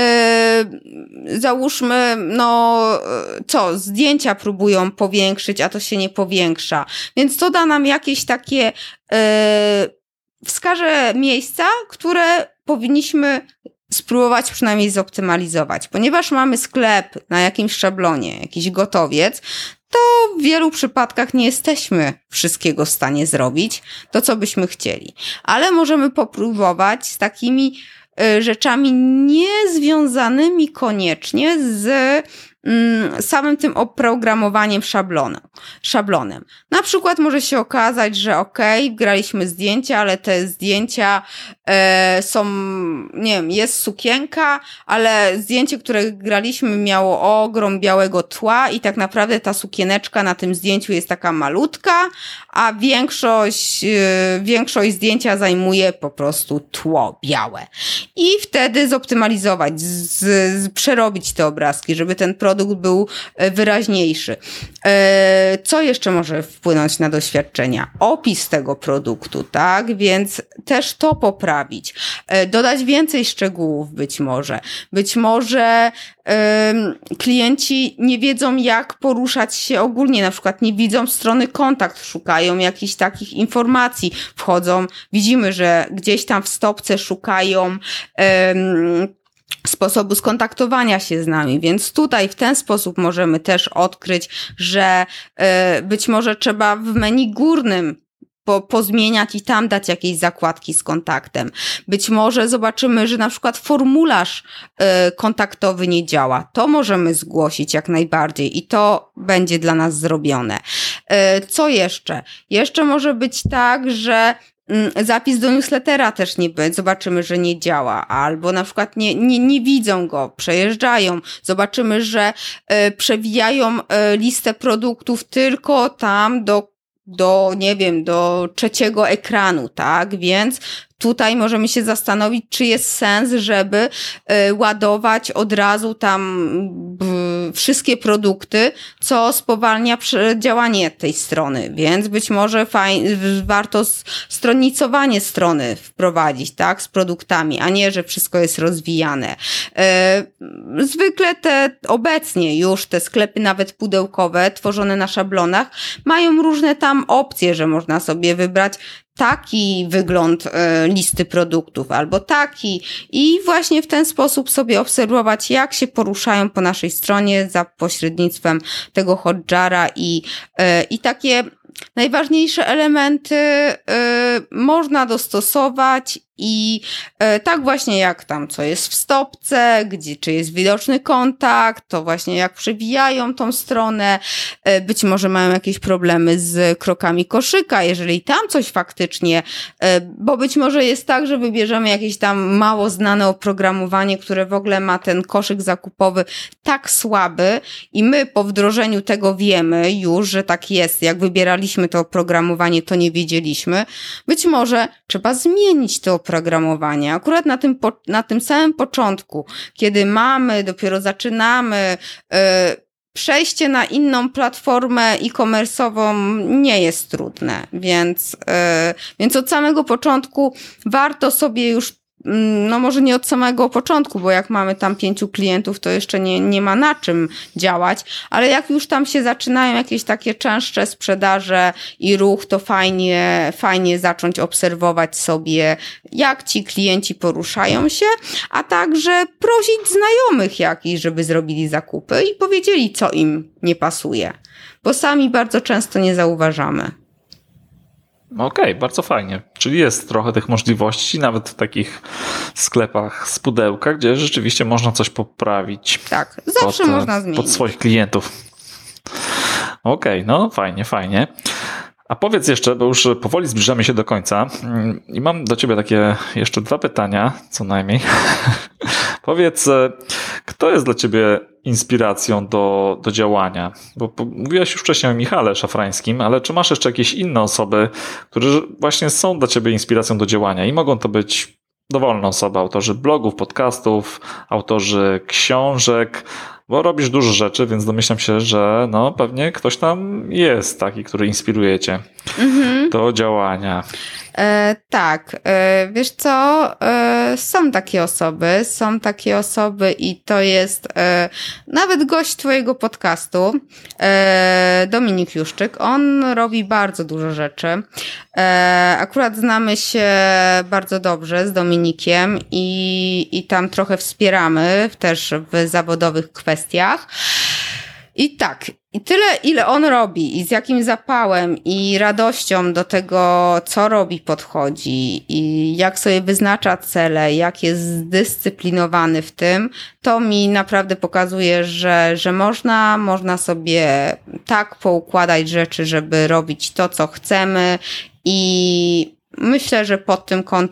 załóżmy, zdjęcia próbują powiększyć, a to się nie powiększa. Więc to da nam jakieś takie wskaże miejsca, które powinniśmy spróbować przynajmniej zoptymalizować. Ponieważ mamy sklep na jakimś szablonie, jakiś gotowiec, to w wielu przypadkach nie jesteśmy wszystkiego w stanie zrobić, to co byśmy chcieli. Ale możemy popróbować z takimi rzeczami niezwiązanymi koniecznie z samym tym oprogramowaniem szablonem. Na przykład może się okazać, że graliśmy zdjęcia, ale te zdjęcia są, nie wiem, jest sukienka, ale zdjęcie, które graliśmy, miało ogrom białego tła i tak naprawdę ta sukieneczka na tym zdjęciu jest taka malutka, a większość zdjęcia zajmuje po prostu tło białe. I wtedy zoptymalizować, przerobić te obrazki, żeby ten produkt był wyraźniejszy. Co jeszcze może wpłynąć na doświadczenia? Opis tego produktu, tak? Więc też to poprawić. Dodać więcej szczegółów być może. Być może klienci nie wiedzą, jak poruszać się ogólnie, na przykład nie widzą strony kontakt, szukają jakichś takich informacji, wchodzą, widzimy, że gdzieś tam w stopce szukają sposobu skontaktowania się z nami, więc tutaj w ten sposób możemy też odkryć, że być może trzeba w menu górnym pozmieniać i tam dać jakieś zakładki z kontaktem. Być może zobaczymy, że na przykład formularz kontaktowy nie działa. To możemy zgłosić jak najbardziej i to będzie dla nas zrobione. Co jeszcze? Jeszcze może być tak, że zapis do newslettera też zobaczymy, że nie działa, albo na przykład nie widzą go, przejeżdżają, zobaczymy, że przewijają listę produktów tylko tam do trzeciego ekranu, tak? Więc tutaj możemy się zastanowić, czy jest sens, żeby ładować od razu tam wszystkie produkty, co spowalnia działanie tej strony. Więc być może warto stronnicowanie strony wprowadzić, tak, z produktami, a nie, że wszystko jest rozwijane. Zwykle obecnie już te sklepy nawet pudełkowe, tworzone na szablonach, mają różne tam opcje, że można sobie wybrać taki wygląd listy produktów albo taki i właśnie w ten sposób sobie obserwować, jak się poruszają po naszej stronie za pośrednictwem tego Hotjara i takie najważniejsze elementy można dostosować i tak właśnie jak tam, co jest w stopce, czy jest widoczny kontakt, to właśnie jak przewijają tą stronę, być może mają jakieś problemy z krokami koszyka, jeżeli tam coś faktycznie, bo być może jest tak, że wybierzemy jakieś tam mało znane oprogramowanie, które w ogóle ma ten koszyk zakupowy tak słaby i my po wdrożeniu tego wiemy już, że tak jest. Jak wybieraliśmy to oprogramowanie, to nie wiedzieliśmy. Być może trzeba zmienić to oprogramowanie. Akurat na tym samym początku, kiedy dopiero zaczynamy, przejście na inną platformę e-commerce'ową nie jest trudne, więc od samego początku warto sobie już, no może nie od samego początku, bo jak mamy tam 5 klientów, to jeszcze nie ma na czym działać, ale jak już tam się zaczynają jakieś takie częstsze sprzedaże i ruch, to fajnie zacząć obserwować sobie, jak ci klienci poruszają się, a także prosić znajomych jakichś, żeby zrobili zakupy i powiedzieli, co im nie pasuje, bo sami bardzo często nie zauważamy. Okej, bardzo fajnie. Czyli jest trochę tych możliwości, nawet w takich sklepach z pudełka, gdzie rzeczywiście można coś poprawić. Tak, zawsze można zmienić. Pod swoich klientów. Okej, no fajnie. A powiedz jeszcze, bo już powoli zbliżamy się do końca i mam do ciebie takie jeszcze 2 pytania, co najmniej. Powiedz, kto jest dla ciebie inspiracją do działania? Bo mówiłaś już wcześniej o Michale Szafrańskim, ale czy masz jeszcze jakieś inne osoby, które właśnie są dla ciebie inspiracją do działania i mogą to być dowolne osoby, autorzy blogów, podcastów, autorzy książek, bo robisz dużo rzeczy, więc domyślam się, że no pewnie ktoś tam jest taki, który inspiruje cię do działania. Tak, wiesz co, są takie osoby i to jest nawet gość twojego podcastu, Dominik Juszczyk. On robi bardzo dużo rzeczy. Akurat znamy się bardzo dobrze z Dominikiem i tam trochę wspieramy też w zawodowych kwestiach. I tak, i tyle, ile on robi i z jakim zapałem i radością do tego, co robi, podchodzi i jak sobie wyznacza cele, jak jest zdyscyplinowany w tym, to mi naprawdę pokazuje, że można sobie tak poukładać rzeczy, żeby robić to, co chcemy i myślę, że pod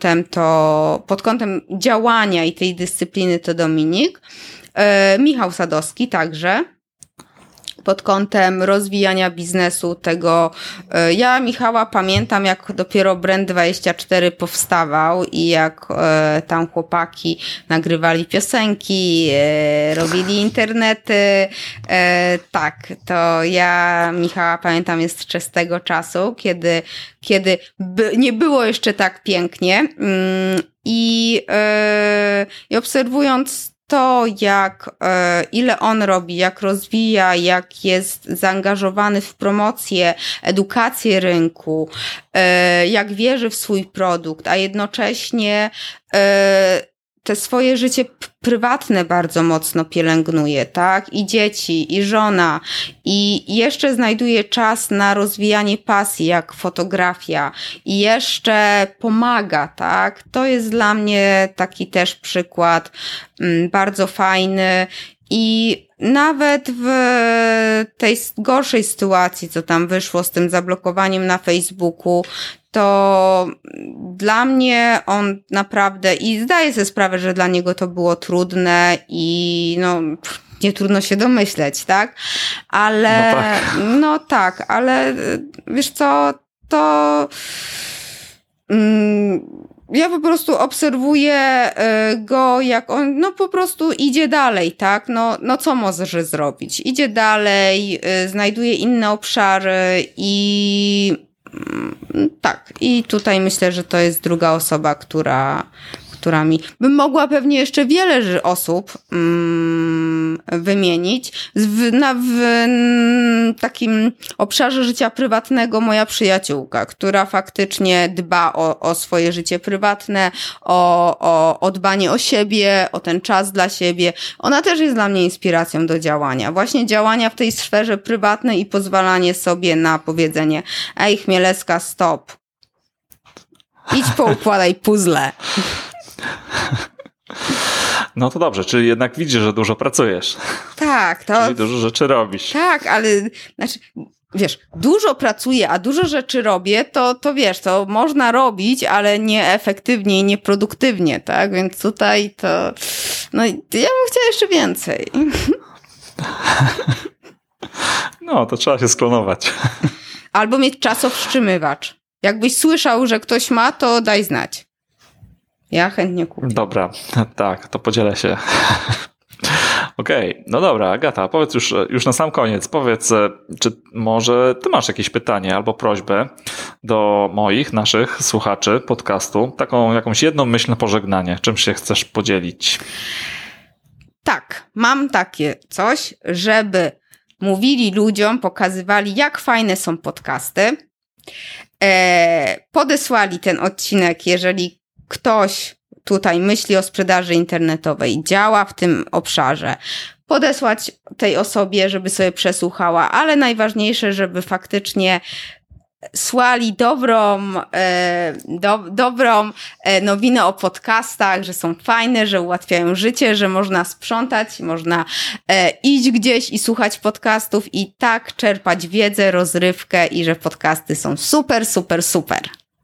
kątem działania i tej dyscypliny to Dominik. Michał Sadowski także. Pod kątem rozwijania biznesu tego. Ja Michała pamiętam, jak dopiero Brand24 powstawał i jak tam chłopaki nagrywali piosenki, robili internety. Tak, to ja Michała pamiętam jeszcze z tego czasu, kiedy nie było jeszcze tak pięknie i obserwując to, ile on robi, jak rozwija, jak jest zaangażowany w promocję, edukację rynku, jak wierzy w swój produkt, a jednocześnie te swoje życie prywatne bardzo mocno pielęgnuje, tak? I dzieci, i żona, i jeszcze znajduje czas na rozwijanie pasji, jak fotografia, i jeszcze pomaga, tak? To jest dla mnie taki też przykład bardzo fajny. I nawet w tej gorszej sytuacji, co tam wyszło z tym zablokowaniem na Facebooku, to dla mnie on naprawdę, i zdaję sobie sprawę, że dla niego to było trudne i no nie trudno się domyśleć, tak? Ale no tak, ale wiesz co, to ja po prostu obserwuję go, jak on no po prostu idzie dalej, tak? No co może zrobić? Idzie dalej, znajduje inne obszary i tak. I tutaj myślę, że to jest druga osoba, która bym mogła pewnie jeszcze wiele osób wymienić. W takim obszarze życia prywatnego moja przyjaciółka, która faktycznie dba o swoje życie prywatne, o dbanie o siebie, o ten czas dla siebie. Ona też jest dla mnie inspiracją do działania. Właśnie działania w tej sferze prywatnej i pozwalanie sobie na powiedzenie: ej, Chmielewska, stop. Idź poukładaj puzzle. No to dobrze, czyli jednak widzisz, że dużo pracujesz. Tak. Czyli dużo rzeczy robisz. Tak, ale znaczy, wiesz, dużo pracuję, a dużo rzeczy robię, to wiesz, to można robić, ale nieefektywnie i nieproduktywnie, tak? Więc tutaj to, no ja bym chciała jeszcze więcej. No, to trzeba się sklonować. Albo mieć czasowstrzymywacz. Jakbyś słyszał, że ktoś ma, to daj znać. Ja chętnie kupię. Dobra, tak, to podzielę się. Okej, no dobra, Agata, powiedz już na sam koniec, powiedz, czy może ty masz jakieś pytanie albo prośbę do naszych słuchaczy podcastu, taką jakąś jedną myśl na pożegnanie, czym się chcesz podzielić? Tak, mam takie coś, żeby mówili ludziom, pokazywali, jak fajne są podcasty, podesłali ten odcinek, jeżeli ktoś tutaj myśli o sprzedaży internetowej, działa w tym obszarze, podesłać tej osobie, żeby sobie przesłuchała, ale najważniejsze, żeby faktycznie słali dobrą nowinę o podcastach, że są fajne, że ułatwiają życie, że można sprzątać, można iść gdzieś i słuchać podcastów i tak czerpać wiedzę, rozrywkę i że podcasty są super, super, super.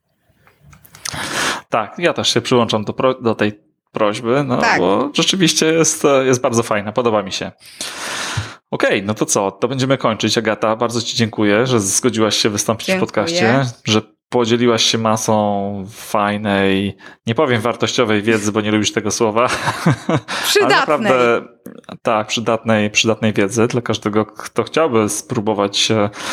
Tak, ja też się przyłączam do tej prośby, no tak. Bo rzeczywiście jest bardzo fajna, podoba mi się. Okej, no to co? To będziemy kończyć. Agata, bardzo ci dziękuję, że zgodziłaś się wystąpić w podcaście, że podzieliłaś się masą fajnej, nie powiem wartościowej wiedzy, bo nie lubisz tego słowa. Przydatnej. Ale naprawdę, tak, przydatnej wiedzy dla każdego, kto chciałby spróbować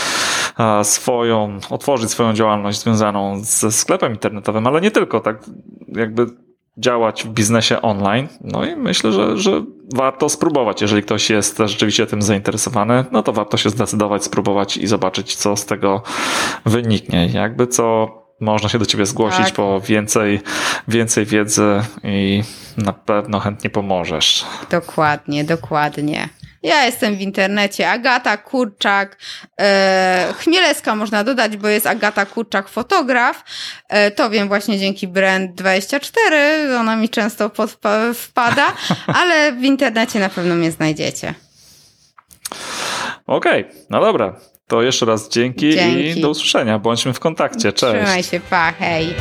otworzyć swoją działalność związaną ze sklepem internetowym, ale nie tylko, tak jakby działać w biznesie online. No i myślę, że warto spróbować. Jeżeli ktoś jest rzeczywiście tym zainteresowany, no to warto się zdecydować, spróbować i zobaczyć, co z tego wyniknie. Jakby co można się do ciebie zgłosić tak. Po więcej wiedzy i na pewno chętnie pomożesz. Dokładnie. Ja jestem w internecie Agata Kurczak, Chmielewska można dodać, bo jest Agata Kurczak fotograf, to wiem właśnie dzięki Brand24, ona mi często wpada, ale w internecie na pewno mnie znajdziecie. Okej, no dobra, to jeszcze raz dzięki i do usłyszenia, bądźmy w kontakcie, cześć. Trzymaj się, pa, hej.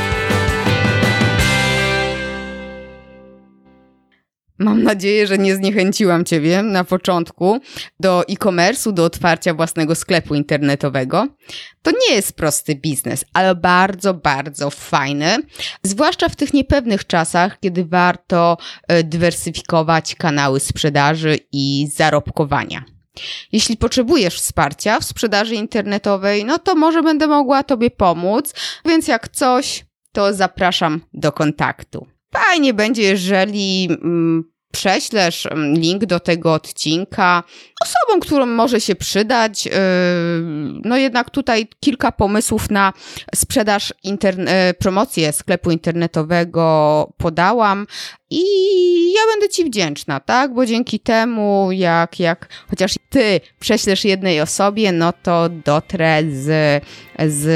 Mam nadzieję, że nie zniechęciłam ciebie na początku do e-commerce'u, do otwarcia własnego sklepu internetowego. To nie jest prosty biznes, ale bardzo, bardzo fajny, zwłaszcza w tych niepewnych czasach, kiedy warto dywersyfikować kanały sprzedaży i zarobkowania. Jeśli potrzebujesz wsparcia w sprzedaży internetowej, no to może będę mogła tobie pomóc, więc jak coś, to zapraszam do kontaktu. Fajnie będzie, jeżeli prześlesz link do tego odcinka osobom, którym może się przydać. No jednak tutaj kilka pomysłów na sprzedaż, promocję sklepu internetowego podałam i ja będę ci wdzięczna, tak? Bo dzięki temu, jak chociaż ty prześlesz jednej osobie, no to dotrę z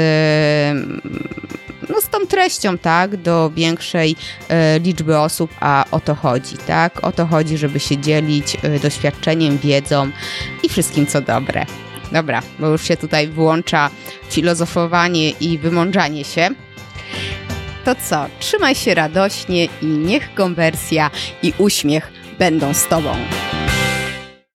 tą treścią, tak, do większej liczby osób, a o to chodzi, tak? O to chodzi, żeby się dzielić doświadczeniem, wiedzą i wszystkim, co dobre. Dobra, bo już się tutaj włącza filozofowanie i wymądrzanie się. To co? Trzymaj się radośnie i niech konwersja i uśmiech będą z tobą.